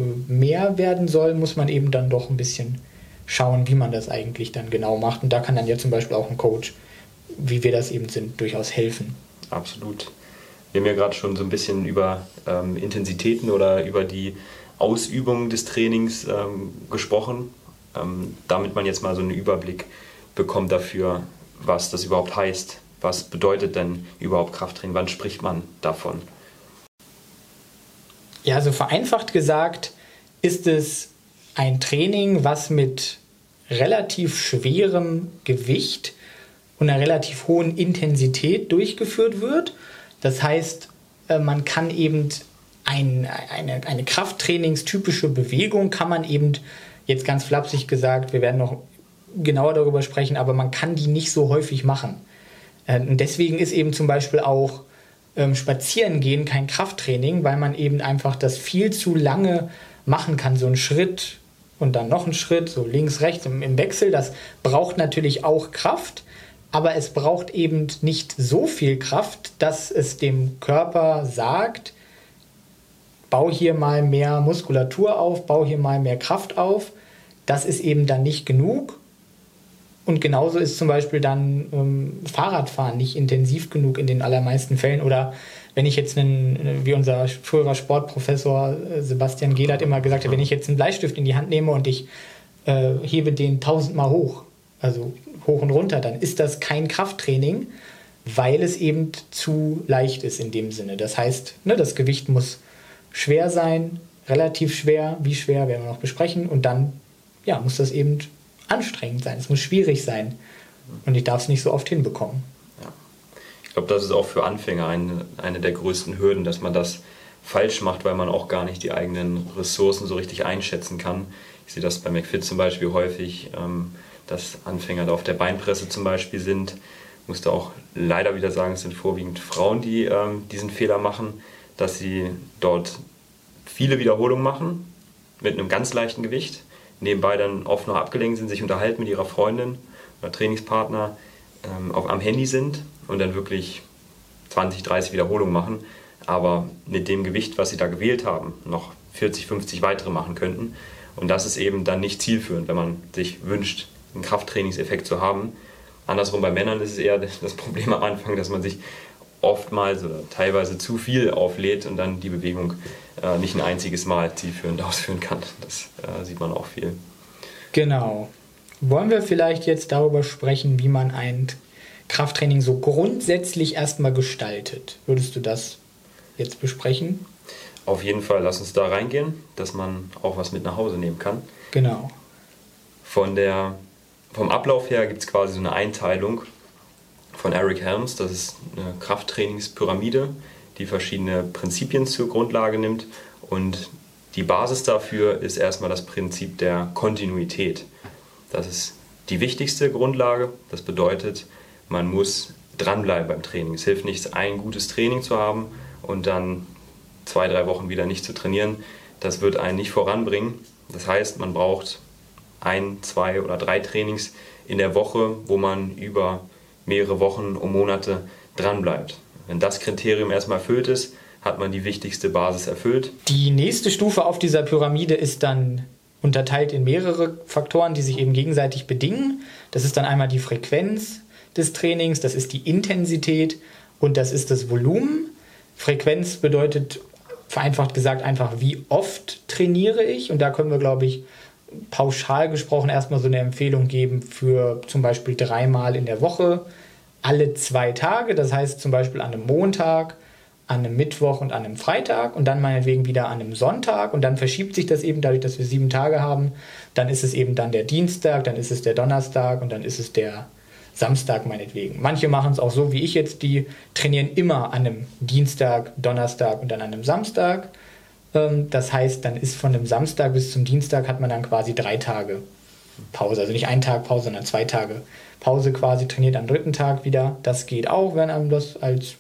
mehr werden soll, muss man eben dann doch ein bisschen schauen, wie man das eigentlich dann genau macht. Und da kann dann ja zum Beispiel auch ein Coach, wie wir das eben sind, durchaus helfen. Absolut. Wir haben ja gerade schon so ein bisschen über ähm, Intensitäten oder über die Ausübung des Trainings ähm, gesprochen, ähm, damit man jetzt mal so einen Überblick bekommt dafür, was das überhaupt heißt. Was bedeutet denn überhaupt Krafttraining? Wann spricht man davon? Ja, also vereinfacht gesagt ist es ein Training, was mit relativ schwerem Gewicht und einer relativ hohen Intensität durchgeführt wird. Das heißt, man kann eben ein, eine, eine Krafttrainingstypische Bewegung kann man eben, jetzt ganz flapsig gesagt, wir werden noch genauer darüber sprechen, aber man kann die nicht so häufig machen. Und deswegen ist eben zum Beispiel auch ähm, Spazierengehen kein Krafttraining, weil man eben einfach das viel zu lange machen kann. So einen Schritt und dann noch einen Schritt, so links, rechts im, im Wechsel. Das braucht natürlich auch Kraft, aber es braucht eben nicht so viel Kraft, dass es dem Körper sagt, bau hier mal mehr Muskulatur auf, bau hier mal mehr Kraft auf. Das ist eben dann nicht genug. Und genauso ist zum Beispiel dann ähm, Fahrradfahren nicht intensiv genug in den allermeisten Fällen. Oder wenn ich jetzt, einen, wie unser früherer Sportprofessor äh, Sebastian Gehlert immer gesagt hat, wenn ich jetzt einen Bleistift in die Hand nehme und ich äh, hebe den tausendmal hoch, also hoch und runter, dann ist das kein Krafttraining, weil es eben zu leicht ist in dem Sinne. Das heißt, ne, das Gewicht muss schwer sein, relativ schwer, wie schwer werden wir noch besprechen, und dann ja, muss das eben anstrengend sein, es muss schwierig sein und ich darf es nicht so oft hinbekommen. Ja. Ich glaube, das ist auch für Anfänger eine, eine der größten Hürden, dass man das falsch macht, weil man auch gar nicht die eigenen Ressourcen so richtig einschätzen kann. Ich sehe das bei McFit zum Beispiel häufig, ähm, dass Anfänger da auf der Beinpresse zum Beispiel sind. Ich muss da auch leider wieder sagen, es sind vorwiegend Frauen, die ähm, diesen Fehler machen, dass sie dort viele Wiederholungen machen mit einem ganz leichten Gewicht, nebenbei dann oft noch abgelenkt sind, sich unterhalten mit ihrer Freundin oder Trainingspartner, ähm, auf, am Handy sind und dann wirklich zwanzig, dreißig Wiederholungen machen, aber mit dem Gewicht, was sie da gewählt haben, noch vierzig, fünfzig weitere machen könnten. Und das ist eben dann nicht zielführend, wenn man sich wünscht, einen Krafttrainingseffekt zu haben. Andersrum bei Männern ist es eher das Problem am Anfang, dass man sich oftmals oder teilweise zu viel auflädt und dann die Bewegung äh, nicht ein einziges Mal zielführend ausführen kann. Das äh, sieht man auch viel. Genau. Wollen wir vielleicht jetzt darüber sprechen, wie man ein Krafttraining so grundsätzlich erstmal gestaltet? Würdest du das jetzt besprechen? Auf jeden Fall, lass uns da reingehen, dass man auch was mit nach Hause nehmen kann. Genau. Von der, vom Ablauf her gibt es quasi so eine Einteilung von Eric Helms. Das ist eine Krafttrainingspyramide, die verschiedene Prinzipien zur Grundlage nimmt. Und die Basis dafür ist erstmal das Prinzip der Kontinuität. Das ist die wichtigste Grundlage. Das bedeutet, man muss dranbleiben beim Training. Es hilft nichts, ein gutes Training zu haben und dann zwei, drei Wochen wieder nicht zu trainieren. Das wird einen nicht voranbringen. Das heißt, man braucht ein, zwei oder drei Trainings in der Woche, wo man über mehrere Wochen und Monate dranbleibt. Wenn das Kriterium erstmal erfüllt ist, hat man die wichtigste Basis erfüllt. Die nächste Stufe auf dieser Pyramide ist dann unterteilt in mehrere Faktoren, die sich eben gegenseitig bedingen. Das ist dann einmal die Frequenz des Trainings, das ist die Intensität und das ist das Volumen. Frequenz bedeutet vereinfacht gesagt einfach, wie oft trainiere ich, und da können wir, glaube ich, pauschal gesprochen erstmal so eine Empfehlung geben für zum Beispiel dreimal in der Woche, alle zwei Tage, das heißt zum Beispiel an einem Montag, an einem Mittwoch und an einem Freitag und dann meinetwegen wieder an einem Sonntag, und dann verschiebt sich das eben dadurch, dass wir sieben Tage haben, dann ist es eben dann der Dienstag, dann ist es der Donnerstag und dann ist es der Samstag meinetwegen. Manche machen es auch so wie ich jetzt, die trainieren immer an einem Dienstag, Donnerstag und dann an einem Samstag. Das heißt, dann ist von dem Samstag bis zum Dienstag hat man dann quasi drei Tage Pause. Also nicht einen Tag Pause, sondern zwei Tage Pause quasi, trainiert am dritten Tag wieder. Das geht auch, wenn einem das als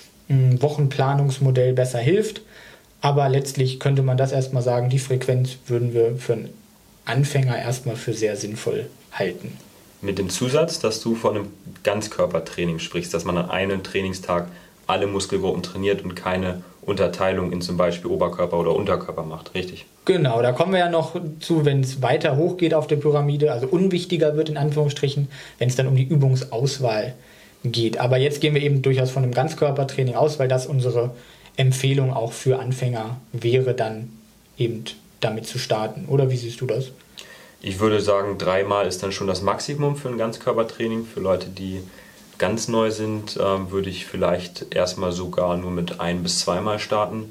Wochenplanungsmodell besser hilft. Aber letztlich könnte man das erstmal sagen, die Frequenz würden wir für einen Anfänger erstmal für sehr sinnvoll halten. Mit dem Zusatz, dass du von einem Ganzkörpertraining sprichst, dass man an einem Trainingstag alle Muskelgruppen trainiert und keine Unterteilung in zum Beispiel Oberkörper oder Unterkörper macht, richtig? Genau, da kommen wir ja noch zu, wenn es weiter hochgeht auf der Pyramide, also unwichtiger wird in Anführungsstrichen, wenn es dann um die Übungsauswahl geht. Aber jetzt gehen wir eben durchaus von einem Ganzkörpertraining aus, weil das unsere Empfehlung auch für Anfänger wäre, dann eben damit zu starten. Oder wie siehst du das? Ich würde sagen, dreimal ist dann schon das Maximum für ein Ganzkörpertraining. Für Leute, die ganz neu sind, äh, würde ich vielleicht erstmal sogar nur mit ein- bis zweimal starten.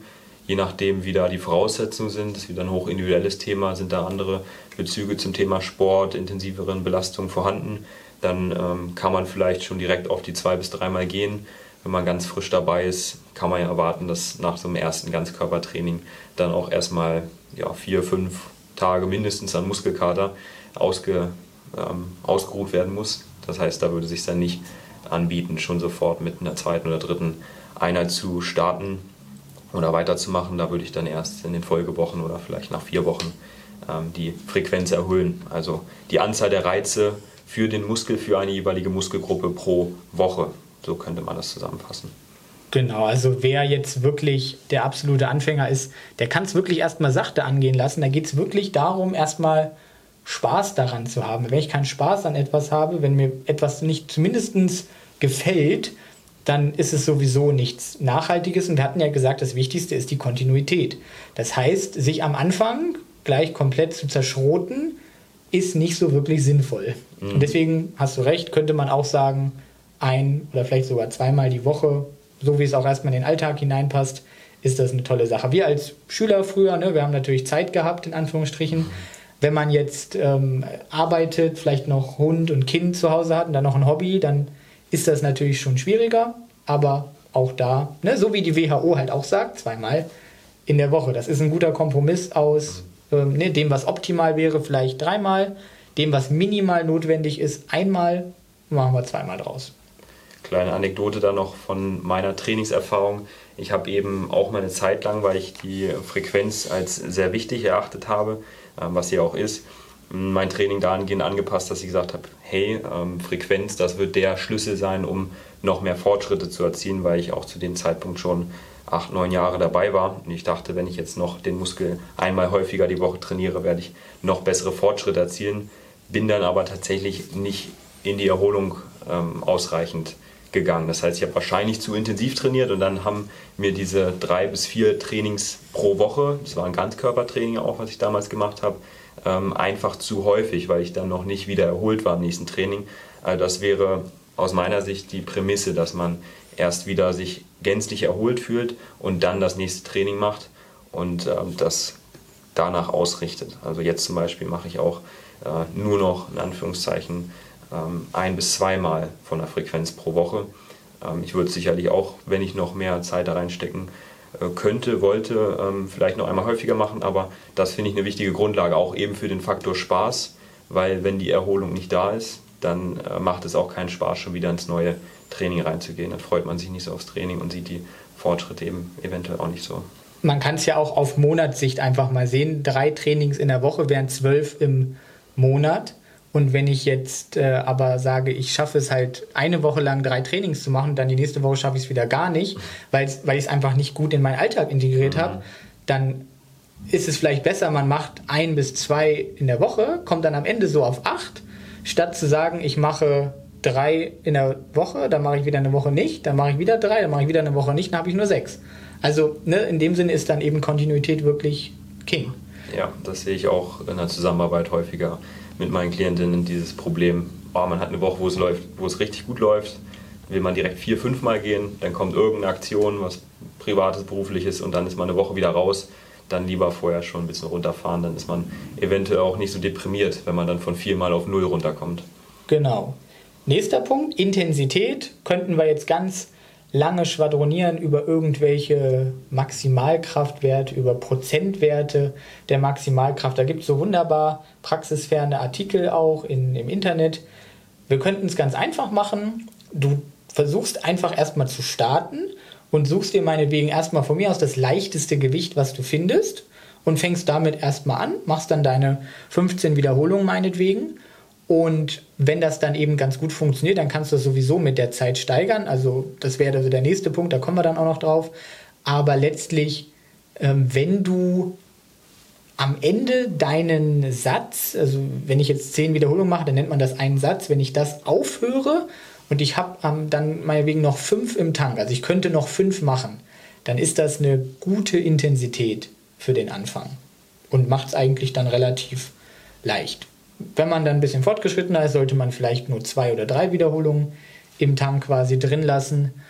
je nachdem, wie da die Voraussetzungen sind. Das ist wieder ein hochindividuelles Thema, sind da andere Bezüge zum Thema Sport, intensiveren Belastungen vorhanden. Dann ähm, kann man vielleicht schon direkt auf die zwei bis dreimal gehen. Wenn man ganz frisch dabei ist, kann man ja erwarten, dass nach so einem ersten Ganzkörpertraining dann auch erstmal ja, vier, fünf Tage mindestens an Muskelkater ausge, ähm, ausgeruht werden muss. Das heißt, da würde es sich dann nicht anbieten, schon sofort mit einer zweiten oder dritten Einheit zu starten oder weiterzumachen. Da würde ich dann erst in den Folgewochen oder vielleicht nach vier Wochen ähm, die Frequenz erhöhen. Also die Anzahl der Reize für den Muskel, für eine jeweilige Muskelgruppe pro Woche. So könnte man das zusammenfassen. Genau, also wer jetzt wirklich der absolute Anfänger ist, der kann es wirklich erstmal sachte angehen lassen. Da geht es wirklich darum, erstmal Spaß daran zu haben. Wenn ich keinen Spaß an etwas habe, wenn mir etwas nicht zumindest gefällt, dann ist es sowieso nichts Nachhaltiges. Und wir hatten ja gesagt, das Wichtigste ist die Kontinuität. Das heißt, sich am Anfang gleich komplett zu zerschroten, ist nicht so wirklich sinnvoll. Mhm. Und deswegen hast du recht, könnte man auch sagen, ein oder vielleicht sogar zweimal die Woche, so wie es auch erstmal in den Alltag hineinpasst, ist das eine tolle Sache. Wir als Schüler früher, ne, wir haben natürlich Zeit gehabt, in Anführungsstrichen. Wenn man jetzt ähm, arbeitet, vielleicht noch Hund und Kind zu Hause hat und dann noch ein Hobby, dann ist das natürlich schon schwieriger. Aber auch da, ne, so wie die W H O halt auch sagt, zweimal in der Woche. Das ist ein guter Kompromiss aus ähm, ne, dem, was optimal wäre, vielleicht dreimal, dem, was minimal notwendig ist, einmal, machen wir zweimal draus. Kleine Anekdote da noch von meiner Trainingserfahrung. Ich habe eben auch mal eine Zeit lang, weil ich die Frequenz als sehr wichtig erachtet habe, was sie auch ist, mein Training dahingehend angepasst, dass ich gesagt habe, hey, Frequenz, das wird der Schlüssel sein, um noch mehr Fortschritte zu erzielen, weil ich auch zu dem Zeitpunkt schon acht, neun Jahre dabei war. Und ich dachte, wenn ich jetzt noch den Muskel einmal häufiger die Woche trainiere, werde ich noch bessere Fortschritte erzielen. Bin dann aber tatsächlich nicht in die Erholung ähm, ausreichend gegangen. Das heißt, ich habe wahrscheinlich zu intensiv trainiert und dann haben mir diese drei bis vier Trainings pro Woche, das war ein Ganzkörpertraining auch, was ich damals gemacht habe, ähm, einfach zu häufig, weil ich dann noch nicht wieder erholt war im nächsten Training. Also das wäre aus meiner Sicht die Prämisse, dass man erst wieder sich gänzlich erholt fühlt und dann das nächste Training macht und ähm, das danach ausrichtet. Also jetzt zum Beispiel mache ich auch äh, nur noch, in Anführungszeichen, ein- bis zweimal von der Frequenz pro Woche. Ich würde sicherlich auch, wenn ich noch mehr Zeit da reinstecken könnte, wollte, vielleicht noch einmal häufiger machen, aber das finde ich eine wichtige Grundlage, auch eben für den Faktor Spaß, weil wenn die Erholung nicht da ist, dann macht es auch keinen Spaß, schon wieder ins neue Training reinzugehen. Dann freut man sich nicht so aufs Training und sieht die Fortschritte eben eventuell auch nicht so. Man kann es ja auch auf Monatssicht einfach mal sehen. Drei Trainings in der Woche wären zwölf im Monat. Und wenn ich jetzt äh, aber sage, ich schaffe es halt eine Woche lang drei Trainings zu machen, dann die nächste Woche schaffe ich es wieder gar nicht, weil ich es einfach nicht gut in meinen Alltag integriert mhm. habe, dann ist es vielleicht besser, man macht ein bis zwei in der Woche, kommt dann am Ende so auf acht, statt zu sagen, ich mache drei in der Woche, dann mache ich wieder eine Woche nicht, dann mache ich wieder drei, dann mache ich wieder eine Woche nicht, dann habe ich nur sechs. Also ne, in dem Sinne ist dann eben Kontinuität wirklich King. Ja, das sehe ich auch in der Zusammenarbeit häufiger mit meinen Klientinnen, dieses Problem, oh, man hat eine Woche, wo es läuft, wo es richtig gut läuft, will man direkt vier, fünf Mal gehen, dann kommt irgendeine Aktion, was Privates, Berufliches und dann ist man eine Woche wieder raus, dann lieber vorher schon ein bisschen runterfahren, dann ist man eventuell auch nicht so deprimiert, wenn man dann von vier Mal auf null runterkommt. Genau. Nächster Punkt, Intensität, könnten wir jetzt ganz lange schwadronieren über irgendwelche Maximalkraftwerte, über Prozentwerte der Maximalkraft. Da gibt es so wunderbar praxisferne Artikel auch in, im Internet. Wir könnten es ganz einfach machen. Du versuchst einfach erstmal zu starten und suchst dir meinetwegen erstmal von mir aus das leichteste Gewicht, was du findest und fängst damit erstmal an, machst dann deine fünfzehn Wiederholungen meinetwegen. Und wenn das dann eben ganz gut funktioniert, dann kannst du das sowieso mit der Zeit steigern. Also das wäre also der nächste Punkt, da kommen wir dann auch noch drauf. Aber letztlich, ähm, wenn du am Ende deinen Satz, also wenn ich jetzt zehn Wiederholungen mache, dann nennt man das einen Satz. Wenn ich das aufhöre und ich habe ähm, dann meinetwegen noch fünf im Tank, also ich könnte noch fünf machen, dann ist das eine gute Intensität für den Anfang und macht es eigentlich dann relativ leicht. Wenn man dann ein bisschen fortgeschrittener ist, sollte man vielleicht nur zwei oder drei Wiederholungen im Tank quasi drin lassen.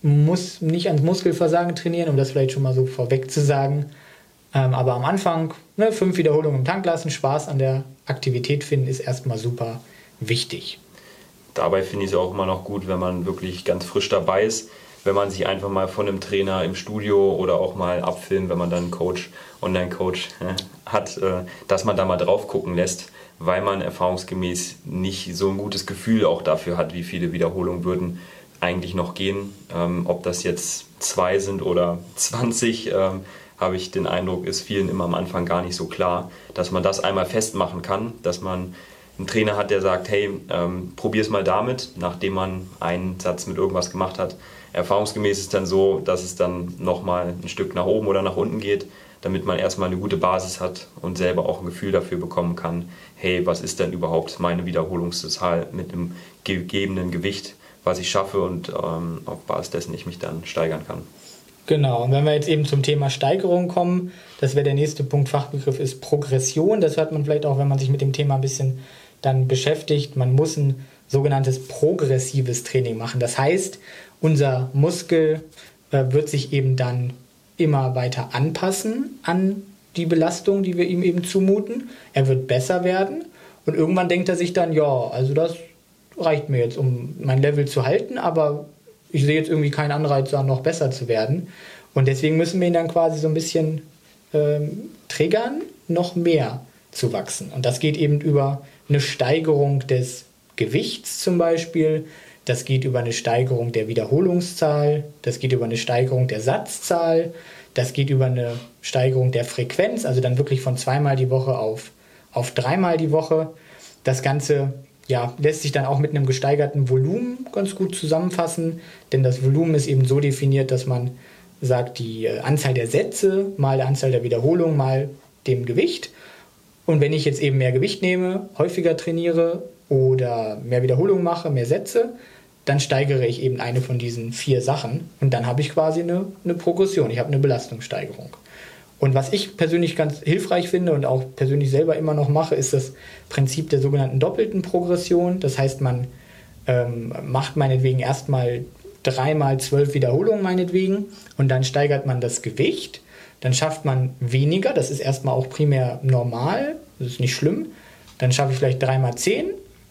muss nicht ans Muskelversagen trainieren, um das vielleicht schon mal so vorweg zu sagen. Ähm, aber am Anfang, ne, fünf Wiederholungen im Tank lassen, Spaß an der Aktivität finden, ist erstmal super wichtig. Dabei finde ich es auch immer noch gut, wenn man wirklich ganz frisch dabei ist, wenn man sich einfach mal von einem Trainer im Studio oder auch mal abfilmt, wenn man dann einen Coach, Online-Coach äh, hat, äh, dass man da mal drauf gucken lässt, weil man erfahrungsgemäß nicht so ein gutes Gefühl auch dafür hat, wie viele Wiederholungen würden eigentlich noch gehen. Ähm, ob das jetzt zwei sind oder zwanzig, ähm, habe ich den Eindruck, ist vielen immer am Anfang gar nicht so klar, dass man das einmal festmachen kann, dass man einen Trainer hat, der sagt, hey, ähm, probier's mal damit, nachdem man einen Satz mit irgendwas gemacht hat. Erfahrungsgemäß ist es dann so, dass es dann nochmal ein Stück nach oben oder nach unten geht, damit man erstmal eine gute Basis hat und selber auch ein Gefühl dafür bekommen kann, hey, was ist denn überhaupt meine Wiederholungszahl mit einem gegebenen Gewicht, was ich schaffe und ähm, auf Basis dessen ich mich dann steigern kann. Genau, und wenn wir jetzt eben zum Thema Steigerung kommen, das wäre der nächste Punkt, Fachbegriff ist Progression. Das hört man vielleicht auch, wenn man sich mit dem Thema ein bisschen dann beschäftigt. Man muss ein sogenanntes progressives Training machen. Das heißt, unser Muskel äh, wird sich eben dann immer weiter anpassen an die Belastung, die wir ihm eben zumuten. Er wird besser werden und irgendwann denkt er sich dann, ja, also das reicht mir jetzt, um mein Level zu halten, aber ich sehe jetzt irgendwie keinen Anreiz, da noch besser zu werden. Und deswegen müssen wir ihn dann quasi so ein bisschen ähm, triggern, noch mehr zu wachsen. Und das geht eben über eine Steigerung des Gewichts zum Beispiel. Das geht über eine Steigerung der Wiederholungszahl. Das geht über eine Steigerung der Satzzahl. Das geht über eine Steigerung der Frequenz, also dann wirklich von zweimal die Woche auf, auf dreimal die Woche. Das Ganze ja, lässt sich dann auch mit einem gesteigerten Volumen ganz gut zusammenfassen, denn das Volumen ist eben so definiert, dass man sagt, die Anzahl der Sätze mal die Anzahl der Wiederholungen mal dem Gewicht. Und wenn ich jetzt eben mehr Gewicht nehme, häufiger trainiere oder mehr Wiederholungen mache, mehr Sätze, dann steigere ich eben eine von diesen vier Sachen und dann habe ich quasi eine, eine Progression, ich habe eine Belastungssteigerung. Und was ich persönlich ganz hilfreich finde und auch persönlich selber immer noch mache, ist das Prinzip der sogenannten doppelten Progression. Das heißt, man ähm, macht meinetwegen erstmal dreimal zwölf Wiederholungen meinetwegen und dann steigert man das Gewicht. Dann schafft man weniger, das ist erstmal auch primär normal, das ist nicht schlimm. Dann schaffe ich vielleicht dreimal zehn.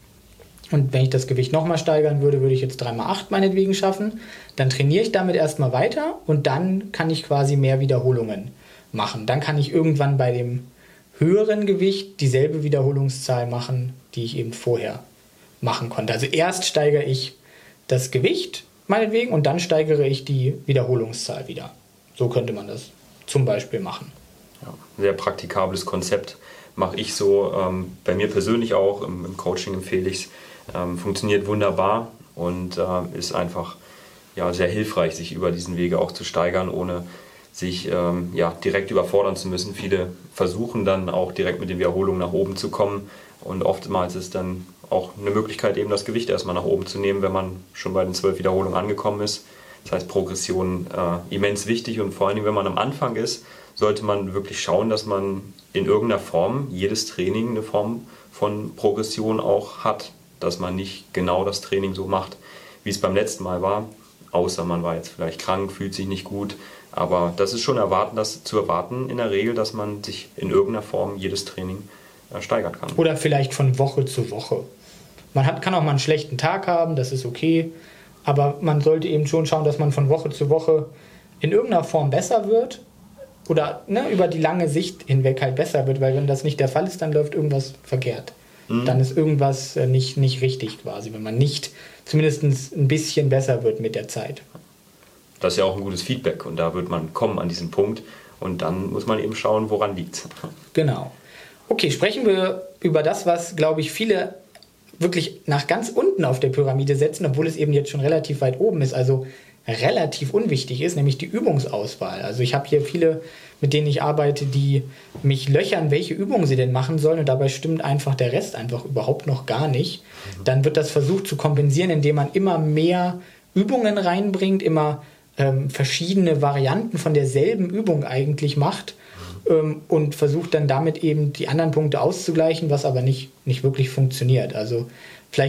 Und wenn ich das Gewicht nochmal steigern würde, würde ich jetzt dreimal acht meinetwegen schaffen. Dann trainiere ich damit erstmal weiter und dann kann ich quasi mehr Wiederholungen machen. Dann kann ich irgendwann bei dem höheren Gewicht dieselbe Wiederholungszahl machen, die ich eben vorher machen konnte. Also erst steigere ich das Gewicht meinetwegen und dann steigere ich die Wiederholungszahl wieder. So könnte man das zum Beispiel machen. Ja, sehr praktikables Konzept. Mache ich so, ähm, bei mir persönlich auch, im, im Coaching empfehle ich es. Ähm, funktioniert wunderbar und äh, ist einfach ja, sehr hilfreich, sich über diesen Wege auch zu steigern, ohne sich ähm, ja, direkt überfordern zu müssen. Viele versuchen dann auch direkt mit den Wiederholungen nach oben zu kommen und oftmals ist dann auch eine Möglichkeit, eben das Gewicht erstmal nach oben zu nehmen, wenn man schon bei den zwölf Wiederholungen angekommen ist. Das heißt, Progression äh, immens wichtig und vor allen Dingen, wenn man am Anfang ist, sollte man wirklich schauen, dass man in irgendeiner Form, jedes Training eine Form von Progression auch hat, dass man nicht genau das Training so macht, wie es beim letzten Mal war, außer man war jetzt vielleicht krank, fühlt sich nicht gut. Aber das ist schon erwarten, das zu erwarten in der Regel, dass man sich in irgendeiner Form jedes Training äh, steigern kann. Oder vielleicht von Woche zu Woche. Man hat, kann auch mal einen schlechten Tag haben, das ist okay. Aber man sollte eben schon schauen, dass man von Woche zu Woche in irgendeiner Form besser wird. Oder ne, über die lange Sicht hinweg halt besser wird. Weil wenn das nicht der Fall ist, dann läuft irgendwas verkehrt. Mhm. Dann ist irgendwas äh, nicht, nicht richtig quasi. Wenn man nicht zumindest ein bisschen besser wird mit der Zeit. Das ist ja auch ein gutes Feedback und da wird man kommen an diesen Punkt und dann muss man eben schauen, woran liegt es. Genau. Okay, sprechen wir über das, was, glaube ich, viele wirklich nach ganz unten auf der Pyramide setzen, obwohl es eben jetzt schon relativ weit oben ist, also relativ unwichtig ist, nämlich die Übungsauswahl. Also ich habe hier viele, mit denen ich arbeite, die mich löchern, welche Übungen sie denn machen sollen und dabei stimmt einfach der Rest einfach überhaupt noch gar nicht. Dann wird das versucht zu kompensieren, indem man immer mehr Übungen reinbringt, immer ähm, verschiedene Varianten von derselben Übung eigentlich macht ähm, und versucht dann damit eben die anderen Punkte auszugleichen, was aber nicht, nicht wirklich funktioniert. Also vielleicht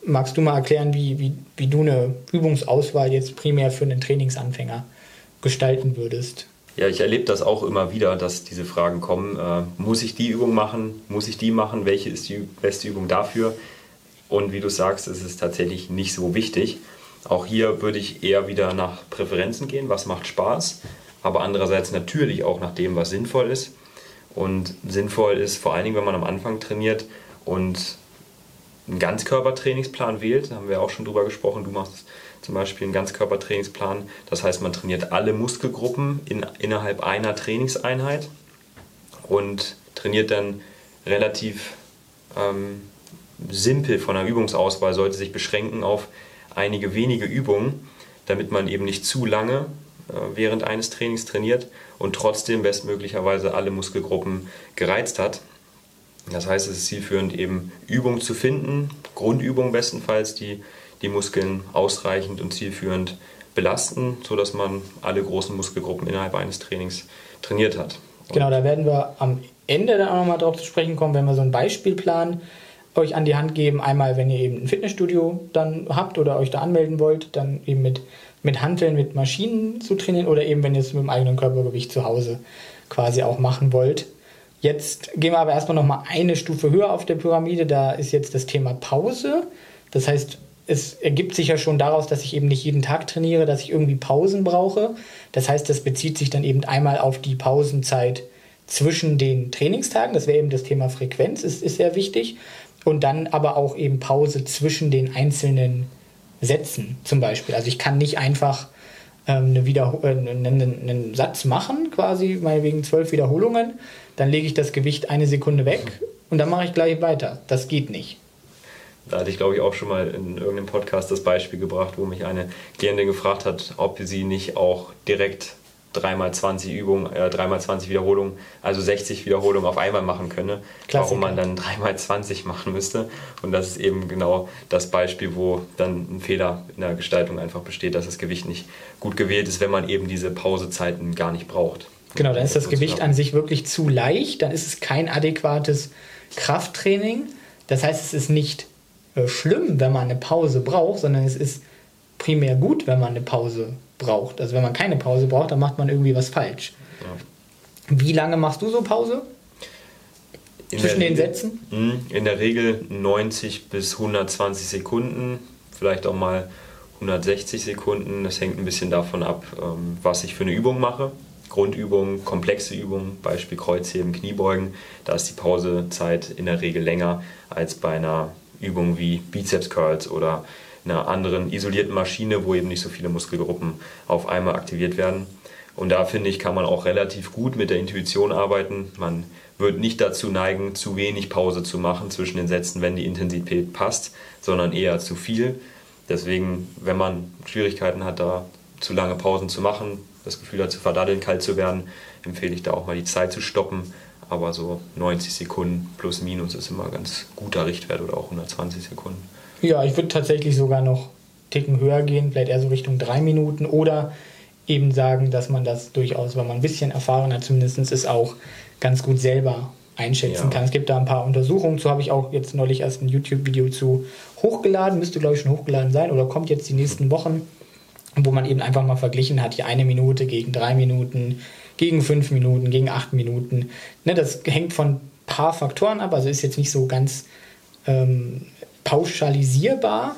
magst du mal erklären, wie, wie, wie du eine Übungsauswahl jetzt primär für einen Trainingsanfänger gestalten würdest? Ja, ich erlebe das auch immer wieder, dass diese Fragen kommen. Äh, muss ich die Übung machen? Muss ich die machen? Welche ist die beste Übung dafür? Und wie du sagst, ist es tatsächlich nicht so wichtig. Auch hier würde ich eher wieder nach Präferenzen gehen, was macht Spaß, aber andererseits natürlich auch nach dem, was sinnvoll ist. Und sinnvoll ist vor allen Dingen, wenn man am Anfang trainiert und einen Ganzkörpertrainingsplan wählt. Da haben wir auch schon drüber gesprochen. Du machst zum Beispiel einen Ganzkörpertrainingsplan. Das heißt, man trainiert alle Muskelgruppen in, innerhalb einer Trainingseinheit und trainiert dann relativ ähm, simpel von der Übungsauswahl, sollte sich beschränken auf einige wenige Übungen, damit man eben nicht zu lange äh, während eines Trainings trainiert und trotzdem bestmöglicherweise alle Muskelgruppen gereizt hat. Das heißt, es ist zielführend, eben Übungen zu finden, Grundübungen bestenfalls, die die Muskeln ausreichend und zielführend belasten, sodass man alle großen Muskelgruppen innerhalb eines Trainings trainiert hat. Und genau, da werden wir am Ende dann auch nochmal drauf zu sprechen kommen, wenn wir so einen Beispielplan euch an die Hand geben. Einmal, wenn ihr eben ein Fitnessstudio dann habt oder euch da anmelden wollt, dann eben mit, mit Hanteln, mit Maschinen zu trainieren oder eben, wenn ihr es mit dem eigenen Körpergewicht zu Hause quasi auch machen wollt. Jetzt gehen wir aber erstmal nochmal eine Stufe höher auf der Pyramide. Da ist jetzt das Thema Pause. Das heißt, es ergibt sich ja schon daraus, dass ich eben nicht jeden Tag trainiere, dass ich irgendwie Pausen brauche. Das heißt, das bezieht sich dann eben einmal auf die Pausenzeit zwischen den Trainingstagen. Das wäre eben das Thema Frequenz, ist, ist sehr wichtig. Und dann aber auch eben Pause zwischen den einzelnen Sätzen zum Beispiel. Also ich kann nicht einfach ähm, eine Wiederhol- äh, einen, einen Satz machen, quasi meinetwegen zwölf Wiederholungen. Dann lege ich das Gewicht eine Sekunde weg und dann mache ich gleich weiter. Das geht nicht. Da hatte ich, glaube ich, auch schon mal in irgendeinem Podcast das Beispiel gebracht, wo mich eine Klientin gefragt hat, ob sie nicht auch direkt drei mal zwanzig Übungen, äh, drei mal zwanzig Wiederholungen, also sechzig Wiederholungen auf einmal machen könne. Klassiker. Warum man dann drei mal zwanzig machen müsste. Und das ist eben genau das Beispiel, wo dann ein Fehler in der Gestaltung einfach besteht, dass das Gewicht nicht gut gewählt ist, wenn man eben diese Pausezeiten gar nicht braucht. Genau, dann ist das Gewicht an sich wirklich zu leicht, dann ist es kein adäquates Krafttraining. Das heißt, es ist nicht äh, schlimm, wenn man eine Pause braucht, sondern es ist primär gut, wenn man eine Pause braucht. Also wenn man keine Pause braucht, dann macht man irgendwie was falsch. Ja. Wie lange machst du so Pause? In Zwischen den Regel, Sätzen? In der Regel neunzig bis hundertzwanzig Sekunden, vielleicht auch mal hundertsechzig Sekunden. Das hängt ein bisschen davon ab, was ich für eine Übung mache. Grundübungen, komplexe Übungen, Beispiel Kreuzheben, Kniebeugen. Da ist die Pausezeit in der Regel länger als bei einer Übung wie Bizeps Curls oder einer anderen isolierten Maschine, wo eben nicht so viele Muskelgruppen auf einmal aktiviert werden. Und da finde ich, kann man auch relativ gut mit der Intuition arbeiten. Man wird nicht dazu neigen, zu wenig Pause zu machen zwischen den Sätzen, wenn die Intensität passt, sondern eher zu viel. Deswegen, wenn man Schwierigkeiten hat, da zu lange Pausen zu machen, das Gefühl hat, zu verdaddeln, kalt zu werden, empfehle ich da auch mal die Zeit zu stoppen. Aber so neunzig Sekunden plus minus ist immer ein ganz guter Richtwert oder auch hundertzwanzig Sekunden. Ja, ich würde tatsächlich sogar noch einen Ticken höher gehen, vielleicht eher so Richtung drei Minuten oder eben sagen, dass man das durchaus, wenn man ein bisschen erfahrener zumindest ist, auch ganz gut selber einschätzen ja. kann. Es gibt da ein paar Untersuchungen zu, habe ich auch jetzt neulich erst ein YouTube-Video zu hochgeladen, müsste glaube ich schon hochgeladen sein oder kommt jetzt die nächsten Wochen, wo man eben einfach mal verglichen hat, hier eine Minute gegen drei Minuten, gegen fünf Minuten, gegen acht Minuten. Ne, das hängt von ein paar Faktoren ab, also ist jetzt nicht so ganz ähm, pauschalisierbar,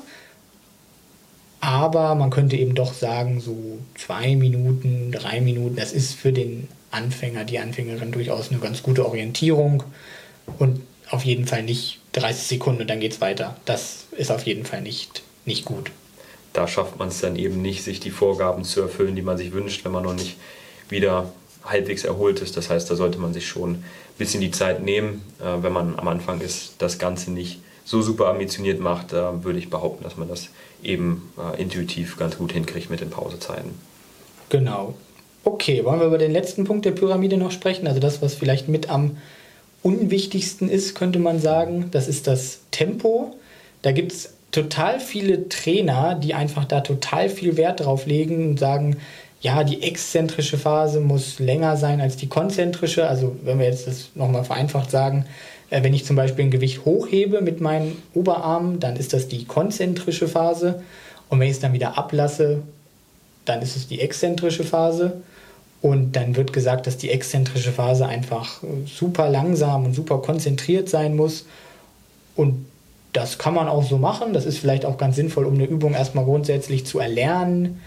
aber man könnte eben doch sagen, so zwei Minuten, drei Minuten, das ist für den Anfänger, die Anfängerin durchaus eine ganz gute Orientierung und auf jeden Fall nicht dreißig Sekunden und dann geht's weiter. Das ist auf jeden Fall nicht, nicht gut. Da schafft man es dann eben nicht, sich die Vorgaben zu erfüllen, die man sich wünscht, wenn man noch nicht wieder halbwegs erholt ist. Das heißt, da sollte man sich schon ein bisschen die Zeit nehmen, äh, wenn man am Anfang ist, das Ganze nicht so super ambitioniert macht, äh, würde ich behaupten, dass man das eben äh, intuitiv ganz gut hinkriegt mit den Pausezeiten. Genau. Okay, wollen wir über den letzten Punkt der Pyramide noch sprechen? Also das, was vielleicht mit am unwichtigsten ist, könnte man sagen, das ist das Tempo. Da gibt es total viele Trainer, die einfach da total viel Wert drauf legen und sagen, ja, die exzentrische Phase muss länger sein als die konzentrische. Also wenn wir jetzt das nochmal vereinfacht sagen, Äh, wenn ich zum Beispiel ein Gewicht hochhebe mit meinen Oberarmen, dann ist das die konzentrische Phase. Und wenn ich es dann wieder ablasse, dann ist es die exzentrische Phase. Und dann wird gesagt, dass die exzentrische Phase einfach super langsam und super konzentriert sein muss. Und das kann man auch so machen. Das ist vielleicht auch ganz sinnvoll, um eine Übung erstmal grundsätzlich zu erlernen,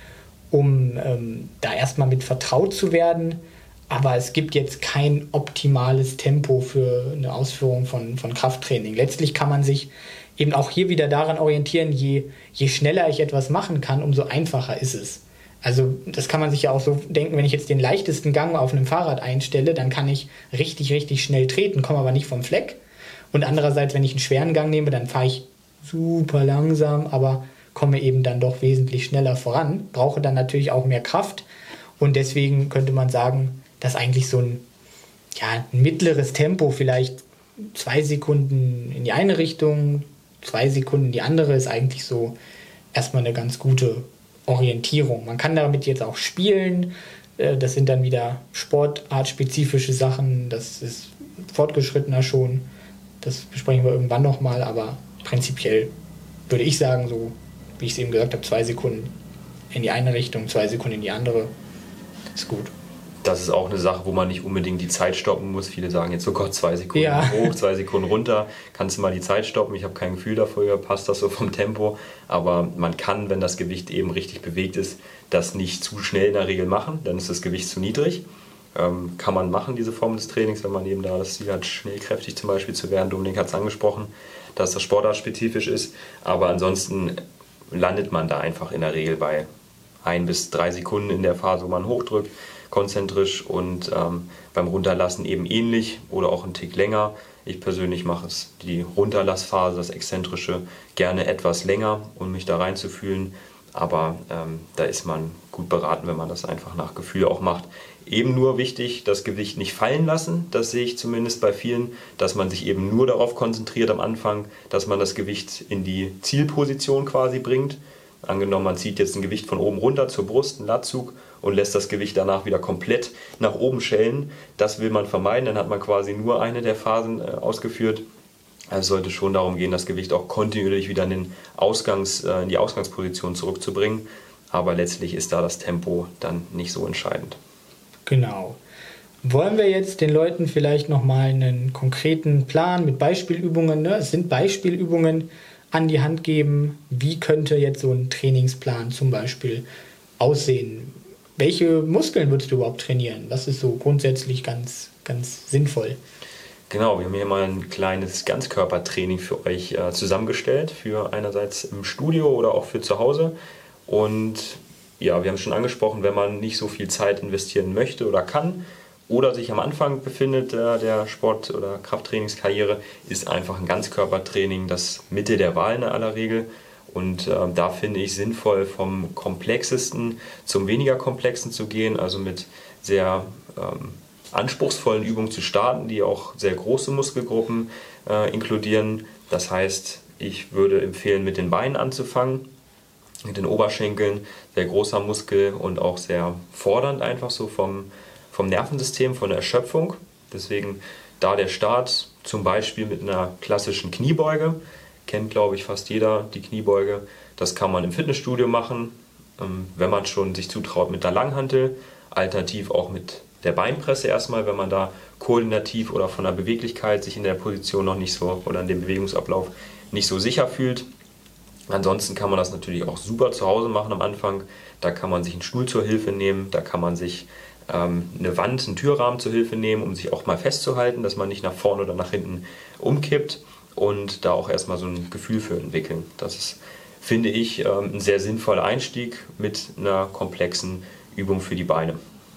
um ähm, da erstmal mit vertraut zu werden. Aber es gibt jetzt kein optimales Tempo für eine Ausführung von, von Krafttraining. Letztlich kann man sich eben auch hier wieder daran orientieren, je, je schneller ich etwas machen kann, umso einfacher ist es. Also das kann man sich ja auch so denken, wenn ich jetzt den leichtesten Gang auf einem Fahrrad einstelle, dann kann ich richtig, richtig schnell treten, komme aber nicht vom Fleck. Und andererseits, wenn ich einen schweren Gang nehme, dann fahre ich super langsam, aber komme eben dann doch wesentlich schneller voran, brauche dann natürlich auch mehr Kraft. Und deswegen könnte man sagen, dass eigentlich so ein, ja, ein mittleres Tempo, vielleicht zwei Sekunden in die eine Richtung, zwei Sekunden in die andere, ist eigentlich so erstmal eine ganz gute Orientierung. Man kann damit jetzt auch spielen, das sind dann wieder sportartspezifische Sachen, das ist fortgeschrittener schon, das besprechen wir irgendwann nochmal, aber prinzipiell würde ich sagen, so wie ich es eben gesagt habe, zwei Sekunden in die eine Richtung, zwei Sekunden in die andere, ist gut. Das ist auch eine Sache, wo man nicht unbedingt die Zeit stoppen muss. Viele sagen jetzt, oh Gott, zwei Sekunden ja. hoch, zwei Sekunden runter. Kannst du mal die Zeit stoppen? Ich habe kein Gefühl dafür, passt das so vom Tempo. Aber man kann, wenn das Gewicht eben richtig bewegt ist, das nicht zu schnell in der Regel machen. Dann ist das Gewicht zu niedrig. Ähm, kann man machen, diese Form des Trainings, wenn man eben da das Ziel hat, schnell kräftig zum Beispiel zu werden. Dominik hat es angesprochen, dass das sportartspezifisch ist. Aber ansonsten landet man da einfach in der Regel bei ein bis drei Sekunden in der Phase, wo man hochdrückt, konzentrisch, und ähm, beim Runterlassen eben ähnlich oder auch einen Tick länger. Ich persönlich mache es, die Runterlassphase, das Exzentrische, gerne etwas länger, um mich da reinzufühlen. Aber ähm, da ist man gut beraten, wenn man das einfach nach Gefühl auch macht. Eben nur wichtig, das Gewicht nicht fallen lassen. Das sehe ich zumindest bei vielen, dass man sich eben nur darauf konzentriert am Anfang, dass man das Gewicht in die Zielposition quasi bringt. Angenommen, man zieht jetzt ein Gewicht von oben runter zur Brust, einen Latzug, und lässt das Gewicht danach wieder komplett nach oben schellen. Das will man vermeiden, dann hat man quasi nur eine der Phasen äh, ausgeführt. Also es sollte schon darum gehen, das Gewicht auch kontinuierlich wieder in, den Ausgangs, äh, in die Ausgangsposition zurückzubringen. Aber letztlich ist da das Tempo dann nicht so entscheidend. Genau. Wollen wir jetzt den Leuten vielleicht nochmal einen konkreten Plan mit Beispielübungen, ne? Es sind Beispielübungen, an die Hand geben, wie könnte jetzt so ein Trainingsplan zum Beispiel aussehen? Welche Muskeln würdest du überhaupt trainieren? Was ist so grundsätzlich ganz, ganz sinnvoll? Genau, wir haben hier mal ein kleines Ganzkörpertraining für euch äh, zusammengestellt, für einerseits im Studio oder auch für zu Hause. Und ja, wir haben schon angesprochen, wenn man nicht so viel Zeit investieren möchte oder kann oder sich am Anfang befindet äh, der Sport- oder Krafttrainingskarriere, ist einfach ein Ganzkörpertraining das Mittel der Wahl in aller Regel. Und äh, da finde ich sinnvoll, vom komplexesten zum weniger komplexen zu gehen, also mit sehr ähm, anspruchsvollen Übungen zu starten, die auch sehr große Muskelgruppen äh, inkludieren. Das heißt, ich würde empfehlen, mit den Beinen anzufangen, mit den Oberschenkeln, sehr großer Muskel und auch sehr fordernd einfach so vom, vom Nervensystem, von der Erschöpfung. Deswegen da der Start zum Beispiel mit einer klassischen Kniebeuge. Kennt, glaube ich, fast jeder die Kniebeuge. Das kann man im Fitnessstudio machen, wenn man schon sich zutraut mit der Langhantel, alternativ auch mit der Beinpresse erstmal, wenn man da koordinativ oder von der Beweglichkeit sich in der Position noch nicht so oder in dem Bewegungsablauf nicht so sicher fühlt. Ansonsten kann man das natürlich auch super zu Hause machen am Anfang. Da kann man sich einen Stuhl zur Hilfe nehmen, da kann man sich ähm, eine Wand, einen Türrahmen zur Hilfe nehmen, um sich auch mal festzuhalten, dass man nicht nach vorne oder nach hinten umkippt. Und da auch erstmal so ein Gefühl für entwickeln. Das ist, finde ich, ein sehr sinnvoller Einstieg mit einer komplexen Übung für die Beine.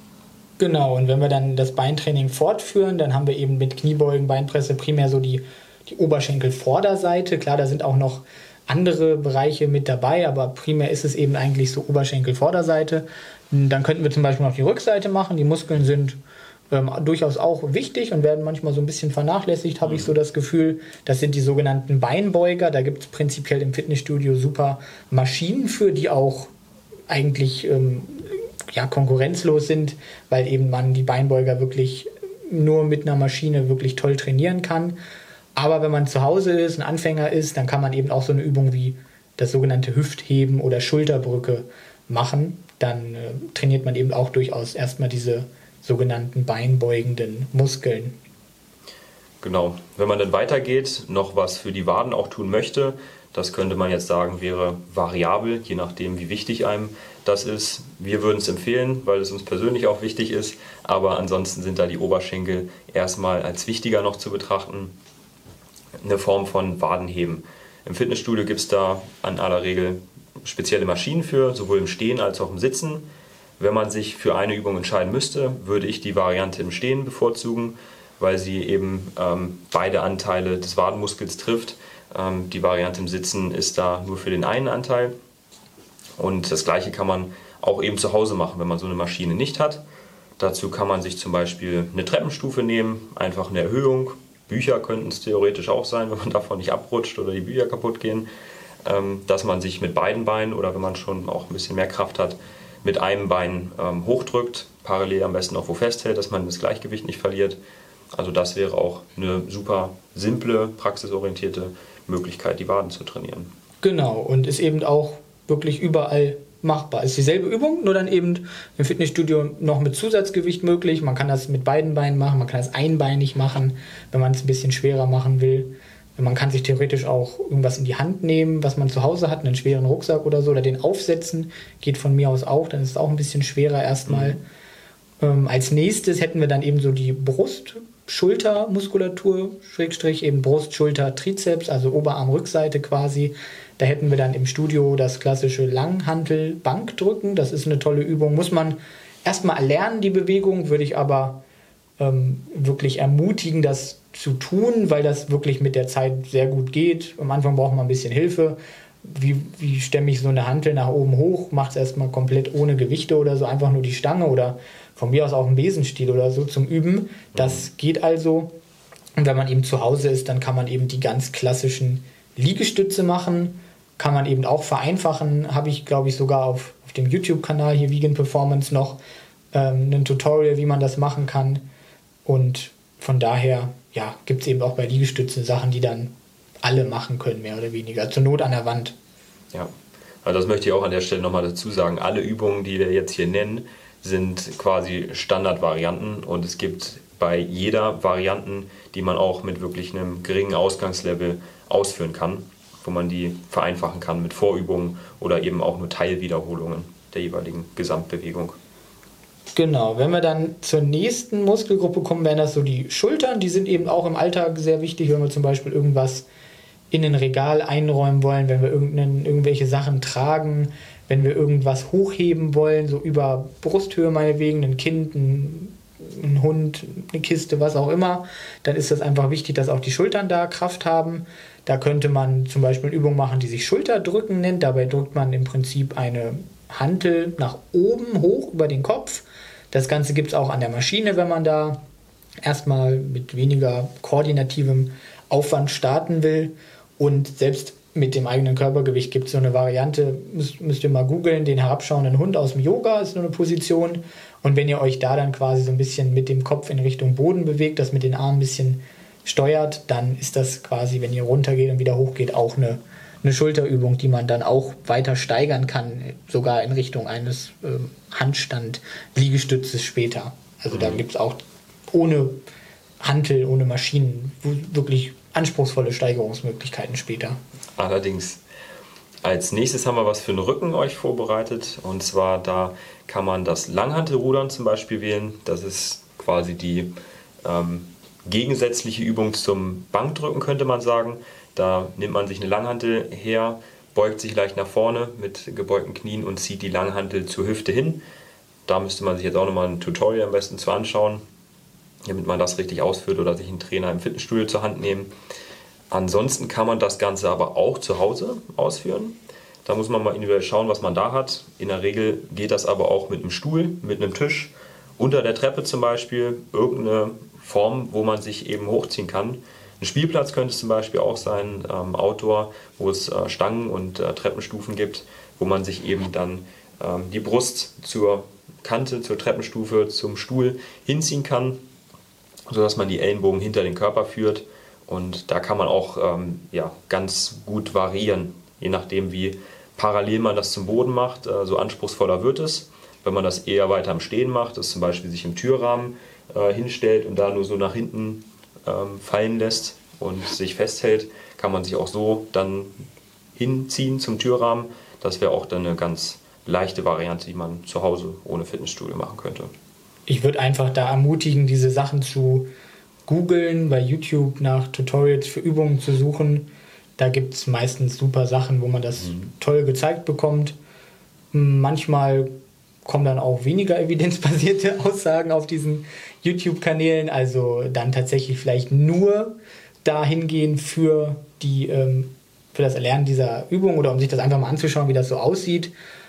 Genau, und wenn wir dann das Beintraining fortführen, dann haben wir eben mit Kniebeugen, Beinpresse primär so die, die Oberschenkelvorderseite. Klar, da sind auch noch andere Bereiche mit dabei, aber primär ist es eben eigentlich so Oberschenkelvorderseite. Dann könnten wir zum Beispiel noch die Rückseite machen. Die Muskeln sind Ähm, durchaus auch wichtig und werden manchmal so ein bisschen vernachlässigt, habe ich so das Gefühl. Das sind die sogenannten Beinbeuger. Da gibt es prinzipiell im Fitnessstudio super Maschinen für, die auch eigentlich ähm, ja, konkurrenzlos sind, weil eben man die Beinbeuger wirklich nur mit einer Maschine wirklich toll trainieren kann. Aber wenn man zu Hause ist, ein Anfänger ist, dann kann man eben auch so eine Übung wie das sogenannte Hüftheben oder Schulterbrücke machen. Dann äh, trainiert man eben auch durchaus erstmal diese sogenannten beinbeugenden Muskeln. Genau. Wenn man dann weitergeht, noch was für die Waden auch tun möchte, das könnte man jetzt sagen, wäre variabel, je nachdem, wie wichtig einem das ist. Wir würden es empfehlen, weil es uns persönlich auch wichtig ist, aber ansonsten sind da die Oberschenkel erstmal als wichtiger noch zu betrachten. Eine Form von Wadenheben. Im Fitnessstudio gibt es da an aller Regel spezielle Maschinen für, sowohl im Stehen als auch im Sitzen. Wenn man sich für eine Übung entscheiden müsste, würde ich die Variante im Stehen bevorzugen, weil sie eben ähm, beide Anteile des Wadenmuskels trifft. Ähm, die Variante im Sitzen ist da nur für den einen Anteil. Und das Gleiche kann man auch eben zu Hause machen, wenn man so eine Maschine nicht hat. Dazu kann man sich zum Beispiel eine Treppenstufe nehmen, einfach eine Erhöhung. Bücher könnten es theoretisch auch sein, wenn man davon nicht abrutscht oder die Bücher kaputt gehen. Ähm, dass man sich mit beiden Beinen oder wenn man schon auch ein bisschen mehr Kraft hat, mit einem Bein ähm, hochdrückt, parallel am besten auch wo festhält, dass man das Gleichgewicht nicht verliert. Also das wäre auch eine super simple, praxisorientierte Möglichkeit, die Waden zu trainieren. Genau, und ist eben auch wirklich überall machbar. Ist dieselbe Übung, nur dann eben im Fitnessstudio noch mit Zusatzgewicht möglich. Man kann das mit beiden Beinen machen, man kann das einbeinig machen, wenn man es ein bisschen schwerer machen will. Man kann sich theoretisch auch irgendwas in die Hand nehmen, was man zu Hause hat, einen schweren Rucksack oder so, oder den aufsetzen. Geht von mir aus auch, dann ist es auch ein bisschen schwerer erstmal. Mhm. Ähm, als nächstes hätten wir dann eben so die Brust-Schulter-Muskulatur, Schrägstrich eben Brust, Schulter, Trizeps, also Oberarm-Rückseite quasi. Da hätten wir dann im Studio das klassische Langhantel-Bankdrücken. Das ist eine tolle Übung. Muss man erstmal erlernen, die Bewegung, würde ich aber ähm, wirklich ermutigen, das zu tun, weil das wirklich mit der Zeit sehr gut geht. Am Anfang braucht man ein bisschen Hilfe. Wie, wie stemme ich so eine Hantel nach oben hoch? Macht es erstmal komplett ohne Gewichte oder so, einfach nur die Stange oder von mir aus auch ein Besenstiel oder so zum Üben. Das geht also. Und wenn man eben zu Hause ist, dann kann man eben die ganz klassischen Liegestütze machen. Kann man eben auch vereinfachen. Habe ich, glaube ich, sogar auf, auf dem YouTube-Kanal hier Vegan Performance noch ähm, ein Tutorial, wie man das machen kann. Und von daher ja, gibt es eben auch bei Liegestützen Sachen, die dann alle machen können, mehr oder weniger. Zur Not an der Wand. Ja, also das möchte ich auch an der Stelle nochmal dazu sagen. Alle Übungen, die wir jetzt hier nennen, sind quasi Standardvarianten und es gibt bei jeder Varianten, die man auch mit wirklich einem geringen Ausgangslevel ausführen kann, wo man die vereinfachen kann mit Vorübungen oder eben auch nur Teilwiederholungen der jeweiligen Gesamtbewegung. Genau, wenn wir dann zur nächsten Muskelgruppe kommen, wären das so die Schultern. Die sind eben auch im Alltag sehr wichtig, wenn wir zum Beispiel irgendwas in ein Regal einräumen wollen, wenn wir irgendwelche Sachen tragen, wenn wir irgendwas hochheben wollen, so über Brusthöhe meinetwegen, ein Kind, ein, ein Hund, eine Kiste, was auch immer, dann ist das einfach wichtig, dass auch die Schultern da Kraft haben. Da könnte man zum Beispiel eine Übung machen, die sich Schulterdrücken nennt. Dabei drückt man im Prinzip eine Hantel nach oben hoch über den Kopf. Das Ganze gibt es auch an der Maschine, wenn man da erstmal mit weniger koordinativem Aufwand starten will. Und selbst mit dem eigenen Körpergewicht gibt es so eine Variante, müsst, müsst ihr mal googeln, den herabschauenden Hund aus dem Yoga ist so eine Position. Und wenn ihr euch da dann quasi so ein bisschen mit dem Kopf in Richtung Boden bewegt, das mit den Armen ein bisschen steuert, dann ist das quasi, wenn ihr runtergeht und wieder hochgeht, auch eine eine Schulterübung, die man dann auch weiter steigern kann, sogar in Richtung eines ähm, Handstand-Liegestützes später. Also mhm. da gibt es auch ohne Hantel, ohne Maschinen wirklich anspruchsvolle Steigerungsmöglichkeiten später. Allerdings. Als nächstes haben wir was für den Rücken euch vorbereitet. Und zwar da kann man das Langhantelrudern zum Beispiel wählen. Das ist quasi die ähm, gegensätzliche Übung zum Bankdrücken, könnte man sagen. Da nimmt man sich eine Langhantel her, beugt sich leicht nach vorne mit gebeugten Knien und zieht die Langhantel zur Hüfte hin. Da müsste man sich jetzt auch nochmal ein Tutorial am besten zu anschauen, damit man das richtig ausführt oder sich einen Trainer im Fitnessstudio zur Hand nehmen. Ansonsten kann man das Ganze aber auch zu Hause ausführen. Da muss man mal individuell schauen, was man da hat. In der Regel geht das aber auch mit einem Stuhl, mit einem Tisch, unter der Treppe zum Beispiel, irgendeine Form, wo man sich eben hochziehen kann. Ein Spielplatz könnte es zum Beispiel auch sein, ähm, Outdoor, wo es äh, Stangen und äh, Treppenstufen gibt, wo man sich eben dann ähm, die Brust zur Kante, zur Treppenstufe, zum Stuhl hinziehen kann, sodass man die Ellenbogen hinter den Körper führt Und da kann man auch ähm, ja, ganz gut variieren, je nachdem wie parallel man das zum Boden macht, äh, so anspruchsvoller wird es. Wenn man das eher weiter am Stehen macht, das zum Beispiel sich im Türrahmen äh, hinstellt und da nur so nach hinten ähm, fallen lässt und sich festhält, kann man sich auch so dann hinziehen zum Türrahmen. Das wäre auch dann eine ganz leichte Variante, die man zu Hause ohne Fitnessstudio machen könnte. Ich würde einfach da ermutigen, diese Sachen zu googeln, bei YouTube nach Tutorials für Übungen zu suchen. Da gibt es meistens super Sachen, wo man das mhm. toll gezeigt bekommt. Manchmal kommen dann auch weniger evidenzbasierte Aussagen auf diesen YouTube-Kanälen, also dann tatsächlich vielleicht nur dahin gehen für, die, ähm, für das Erlernen dieser Übung oder um sich das einfach mal anzuschauen, wie das so aussieht.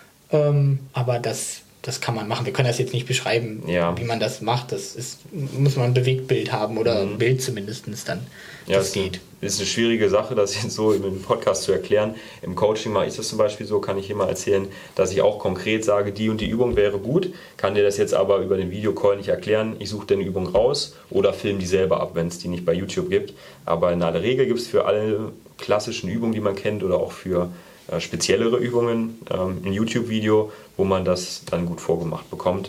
Ähm, aber das, das kann man machen. Wir können das jetzt nicht beschreiben, ja. wie man das macht. Das ist, muss man ein Bewegtbild haben oder mhm. ein Bild zumindest dann, ja, das geht. Ist eine schwierige Sache, das jetzt so im Podcast zu erklären. Im Coaching mache ich das zum Beispiel so, kann ich hier mal erzählen, dass ich auch konkret sage, die und die Übung wäre gut, kann dir das jetzt aber über den Videocall nicht erklären. Ich suche dir eine Übung raus oder film die selber ab, wenn es die nicht bei YouTube gibt. Aber in aller Regel gibt es für alle klassischen Übungen, die man kennt oder auch für äh, speziellere Übungen ähm, ein YouTube-Video, wo man das dann gut vorgemacht bekommt.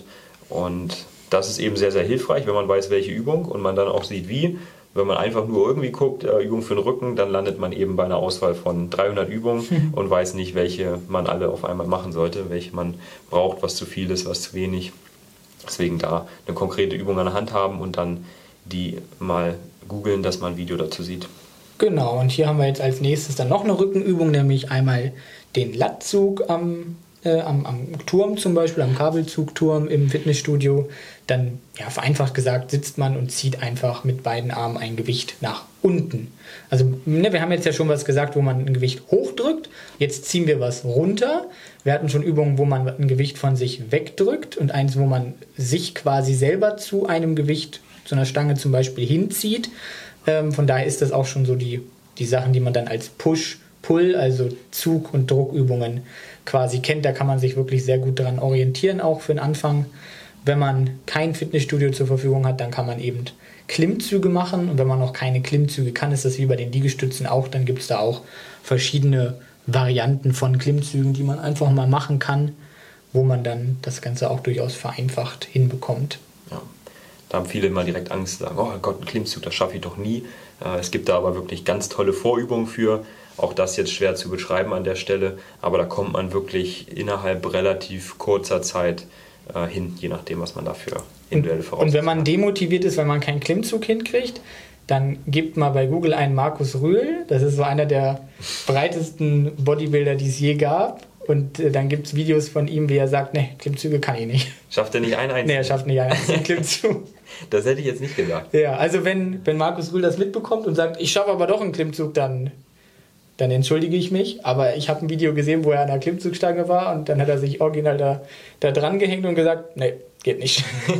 Und das ist eben sehr, sehr hilfreich, wenn man weiß, welche Übung und man dann auch sieht, wie. Wenn man einfach nur irgendwie guckt, äh, Übung für den Rücken, dann landet man eben bei einer Auswahl von dreihundert Übungen mhm. und weiß nicht, welche man alle auf einmal machen sollte, welche man braucht, was zu viel ist, was zu wenig. Deswegen da eine konkrete Übung an der Hand haben und dann die mal googeln, dass man ein Video dazu sieht. Genau, und hier haben wir jetzt als nächstes dann noch eine Rückenübung, nämlich einmal den Lattzug am, äh, am, am Turm zum Beispiel, am Kabelzugturm im Fitnessstudio. Dann, ja, vereinfacht gesagt, sitzt man und zieht einfach mit beiden Armen ein Gewicht nach unten. Also, ne, wir haben jetzt ja schon was gesagt, wo man ein Gewicht hochdrückt. Jetzt ziehen wir was runter. Wir hatten schon Übungen, wo man ein Gewicht von sich wegdrückt und eins, wo man sich quasi selber zu einem Gewicht, zu einer Stange zum Beispiel hinzieht. Ähm, von daher ist das auch schon so die, die Sachen, die man dann als Push-Pull, also Zug- und Druckübungen quasi kennt. Da kann man sich wirklich sehr gut daran orientieren, auch für den Anfang. Wenn man kein Fitnessstudio zur Verfügung hat, dann kann man eben Klimmzüge machen. Und wenn man noch keine Klimmzüge kann, ist das wie bei den Liegestützen auch. Dann gibt es da auch verschiedene Varianten von Klimmzügen, die man einfach mal machen kann, wo man dann das Ganze auch durchaus vereinfacht hinbekommt. Ja, da haben viele immer direkt Angst, sagen, oh Gott, ein Klimmzug, das schaffe ich doch nie. Es gibt da aber wirklich ganz tolle Vorübungen für. Auch das jetzt schwer zu beschreiben an der Stelle, aber da kommt man wirklich innerhalb relativ kurzer Zeit hin, je nachdem, was man dafür individuelle Voraussetzungen hat. Und wenn man demotiviert ist, weil man keinen Klimmzug hinkriegt, dann gibt mal bei Google einen Markus Rühl. Das ist so einer der breitesten Bodybuilder, die es je gab. Und äh, dann gibt es Videos von ihm, wie er sagt, ne, Klimmzüge kann ich nicht. Schafft er nicht einen einzigen? Ne, er schafft nicht einen einzigen Klimmzug. Das hätte ich jetzt nicht gedacht. Ja, also wenn, wenn Markus Rühl das mitbekommt und sagt, ich schaffe aber doch einen Klimmzug, dann... dann entschuldige ich mich, aber ich habe ein Video gesehen, wo er an der Klimmzugstange war und dann hat er sich original da, da dran gehängt und gesagt, nee, geht nicht.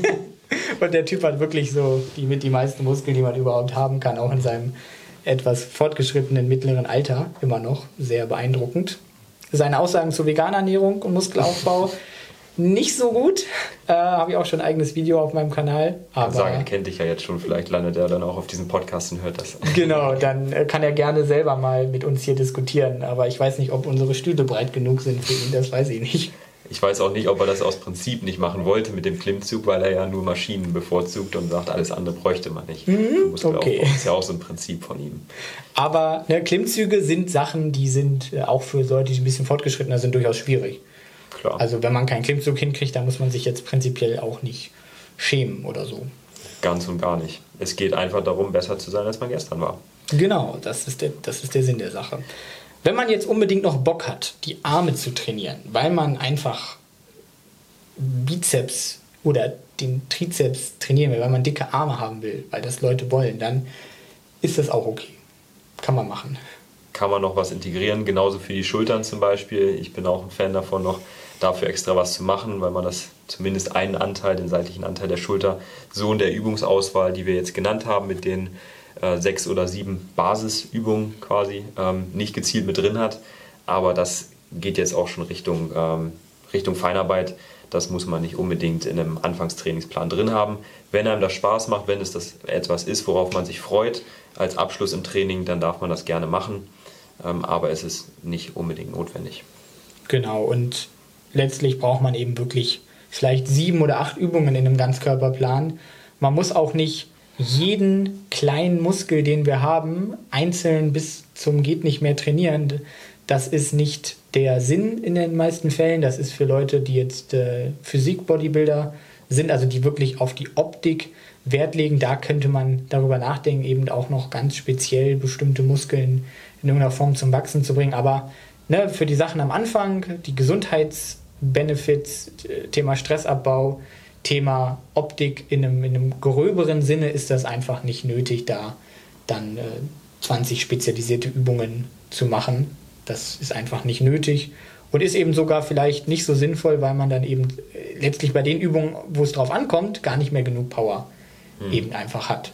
Und der Typ hat wirklich so die mit die meisten Muskeln, die man überhaupt haben kann, auch in seinem etwas fortgeschrittenen mittleren Alter, immer noch sehr beeindruckend. Seine Aussagen zur veganer Ernährung und Muskelaufbau nicht so gut. Äh, habe ich auch schon ein eigenes Video auf meinem Kanal. Aber ich sagen, er kennt dich ja jetzt schon, vielleicht landet er dann auch auf diesem Podcast und hört das. Genau, dann kann er gerne selber mal mit uns hier diskutieren. Aber ich weiß nicht, ob unsere Stühle breit genug sind für ihn, das weiß ich nicht. Ich weiß auch nicht, ob er das aus Prinzip nicht machen wollte mit dem Klimmzug, weil er ja nur Maschinen bevorzugt und sagt, alles andere bräuchte man nicht. Mhm, okay. Das ist ja auch so ein Prinzip von ihm. Aber ne, Klimmzüge sind Sachen, die sind äh, auch für Leute, die ein bisschen fortgeschrittener sind, durchaus schwierig. Klar. Also wenn man keinen Klimmzug hinkriegt, dann muss man sich jetzt prinzipiell auch nicht schämen oder so. Ganz und gar nicht. Es geht einfach darum, besser zu sein, als man gestern war. Genau, das ist der, das ist der Sinn der Sache. Wenn man jetzt unbedingt noch Bock hat, die Arme zu trainieren, weil man einfach Bizeps oder den Trizeps trainieren will, weil man dicke Arme haben will, weil das Leute wollen, dann ist das auch okay. Kann man machen. Kann man noch was integrieren, genauso für die Schultern zum Beispiel. Ich bin auch ein Fan davon, noch dafür extra was zu machen, weil man das zumindest einen Anteil, den seitlichen Anteil der Schulter, so in der Übungsauswahl, die wir jetzt genannt haben, mit den äh, sechs oder sieben Basisübungen quasi, ähm, nicht gezielt mit drin hat. Aber das geht jetzt auch schon Richtung, ähm, Richtung Feinarbeit, das muss man nicht unbedingt in einem Anfangstrainingsplan drin haben. Wenn einem das Spaß macht, wenn es das etwas ist, worauf man sich freut, als Abschluss im Training, dann darf man das gerne machen. Aber es ist nicht unbedingt notwendig. Genau, und letztlich braucht man eben wirklich vielleicht sieben oder acht Übungen in einem Ganzkörperplan. Man muss auch nicht jeden kleinen Muskel, den wir haben, einzeln bis zum geht nicht mehr trainieren. Das ist nicht der Sinn in den meisten Fällen. Das ist für Leute, die jetzt äh, Physik-Bodybuilder sind, also die wirklich auf die Optik Wert legen. Da könnte man darüber nachdenken, eben auch noch ganz speziell bestimmte Muskeln in irgendeiner Form zum Wachsen zu bringen. Aber ne, für die Sachen am Anfang, die Gesundheitsbenefits, Thema Stressabbau, Thema Optik in einem, in einem gröberen Sinne ist das einfach nicht nötig, da dann äh, zwanzig spezialisierte Übungen zu machen. Das ist einfach nicht nötig und ist eben sogar vielleicht nicht so sinnvoll, weil man dann eben letztlich bei den Übungen, wo es drauf ankommt, gar nicht mehr genug Power hm. eben einfach hat.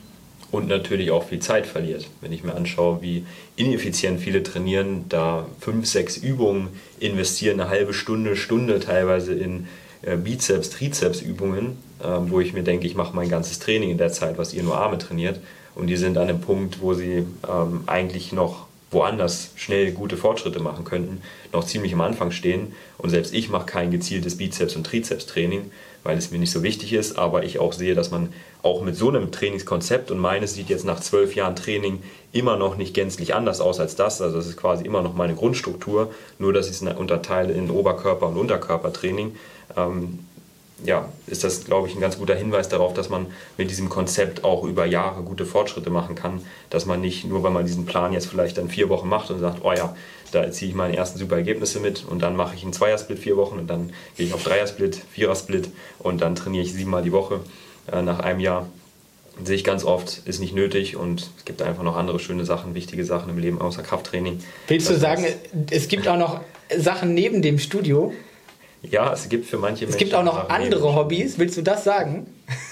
Und natürlich auch viel Zeit verliert. Wenn ich mir anschaue, wie ineffizient viele trainieren, da fünf, sechs Übungen investieren, eine halbe Stunde, Stunde teilweise in äh, Bizeps, Trizeps-Übungen, äh, wo ich mir denke, ich mache mein ganzes Training in der Zeit, was ihr nur Arme trainiert. Und die sind an einem Punkt, wo sie ähm, eigentlich noch woanders schnell gute Fortschritte machen könnten, noch ziemlich am Anfang stehen. Und selbst ich mache kein gezieltes Bizeps- und Trizeps-Training, weil es mir nicht so wichtig ist, aber ich auch sehe, dass man auch mit so einem Trainingskonzept, und meines sieht jetzt nach zwölf Jahren Training immer noch nicht gänzlich anders aus als das, also es ist quasi immer noch meine Grundstruktur, nur dass ich es unterteile in Oberkörper- und Unterkörpertraining, ähm, ja, ist das, glaube ich, ein ganz guter Hinweis darauf, dass man mit diesem Konzept auch über Jahre gute Fortschritte machen kann, dass man nicht nur, weil man diesen Plan jetzt vielleicht dann vier Wochen macht und sagt, oh ja, da erziele ich meine ersten super Ergebnisse mit und dann mache ich einen Zweiersplit vier Wochen und dann gehe ich auf Dreiersplit, Vierersplit und dann trainiere ich siebenmal die Woche äh, nach einem Jahr. Das sehe ich ganz oft, ist nicht nötig und es gibt einfach noch andere schöne Sachen, wichtige Sachen im Leben außer Krafttraining. Willst du sagen, es gibt auch noch Sachen neben dem Studio? Ja, es gibt für manche Menschen... Es gibt auch noch andere Hobbys, willst du das sagen?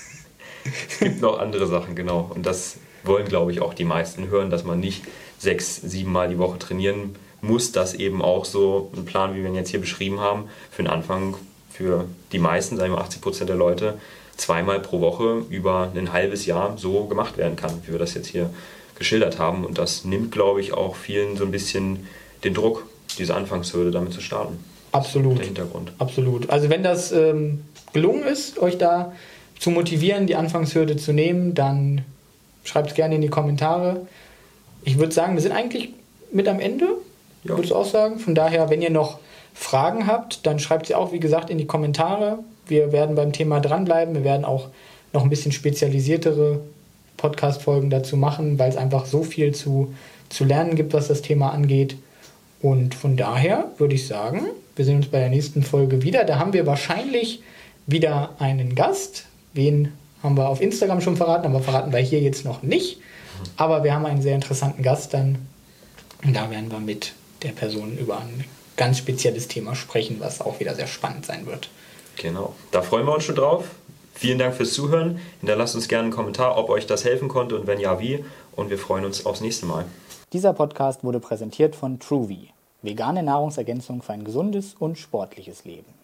Es gibt noch andere Sachen, genau. Und das wollen, glaube ich, auch die meisten hören, dass man nicht sechs, sieben Mal die Woche trainieren muss. Dass eben auch so ein Plan, wie wir ihn jetzt hier beschrieben haben, für den Anfang für die meisten, sagen wir achtzig Prozent der Leute, zweimal pro Woche über ein halbes Jahr so gemacht werden kann, wie wir das jetzt hier geschildert haben. Und das nimmt, glaube ich, auch vielen so ein bisschen den Druck, diese Anfangshürde damit zu starten. Absolut. Der Hintergrund. Absolut. Also wenn das ähm, gelungen ist, euch da zu motivieren, die Anfangshürde zu nehmen, dann schreibt es gerne in die Kommentare. Ich würde sagen, wir sind eigentlich mit am Ende, ja. Würdest du auch sagen. Von daher, wenn ihr noch Fragen habt, dann schreibt sie auch, wie gesagt, in die Kommentare. Wir werden beim Thema dranbleiben. Wir werden auch noch ein bisschen spezialisiertere Podcast-Folgen dazu machen, weil es einfach so viel zu, zu lernen gibt, was das Thema angeht. Und von daher würde ich sagen, wir sehen uns bei der nächsten Folge wieder. Da haben wir wahrscheinlich wieder einen Gast. Wen haben wir auf Instagram schon verraten, aber verraten wir hier jetzt noch nicht. Aber wir haben einen sehr interessanten Gast dann. Und da werden wir mit der Person über ein ganz spezielles Thema sprechen, was auch wieder sehr spannend sein wird. Genau, da freuen wir uns schon drauf. Vielen Dank fürs Zuhören. Hinterlasst uns gerne einen Kommentar, ob euch das helfen konnte und wenn ja, wie. Und wir freuen uns aufs nächste Mal. Dieser Podcast wurde präsentiert von TrueV, vegane Nahrungsergänzung für ein gesundes und sportliches Leben.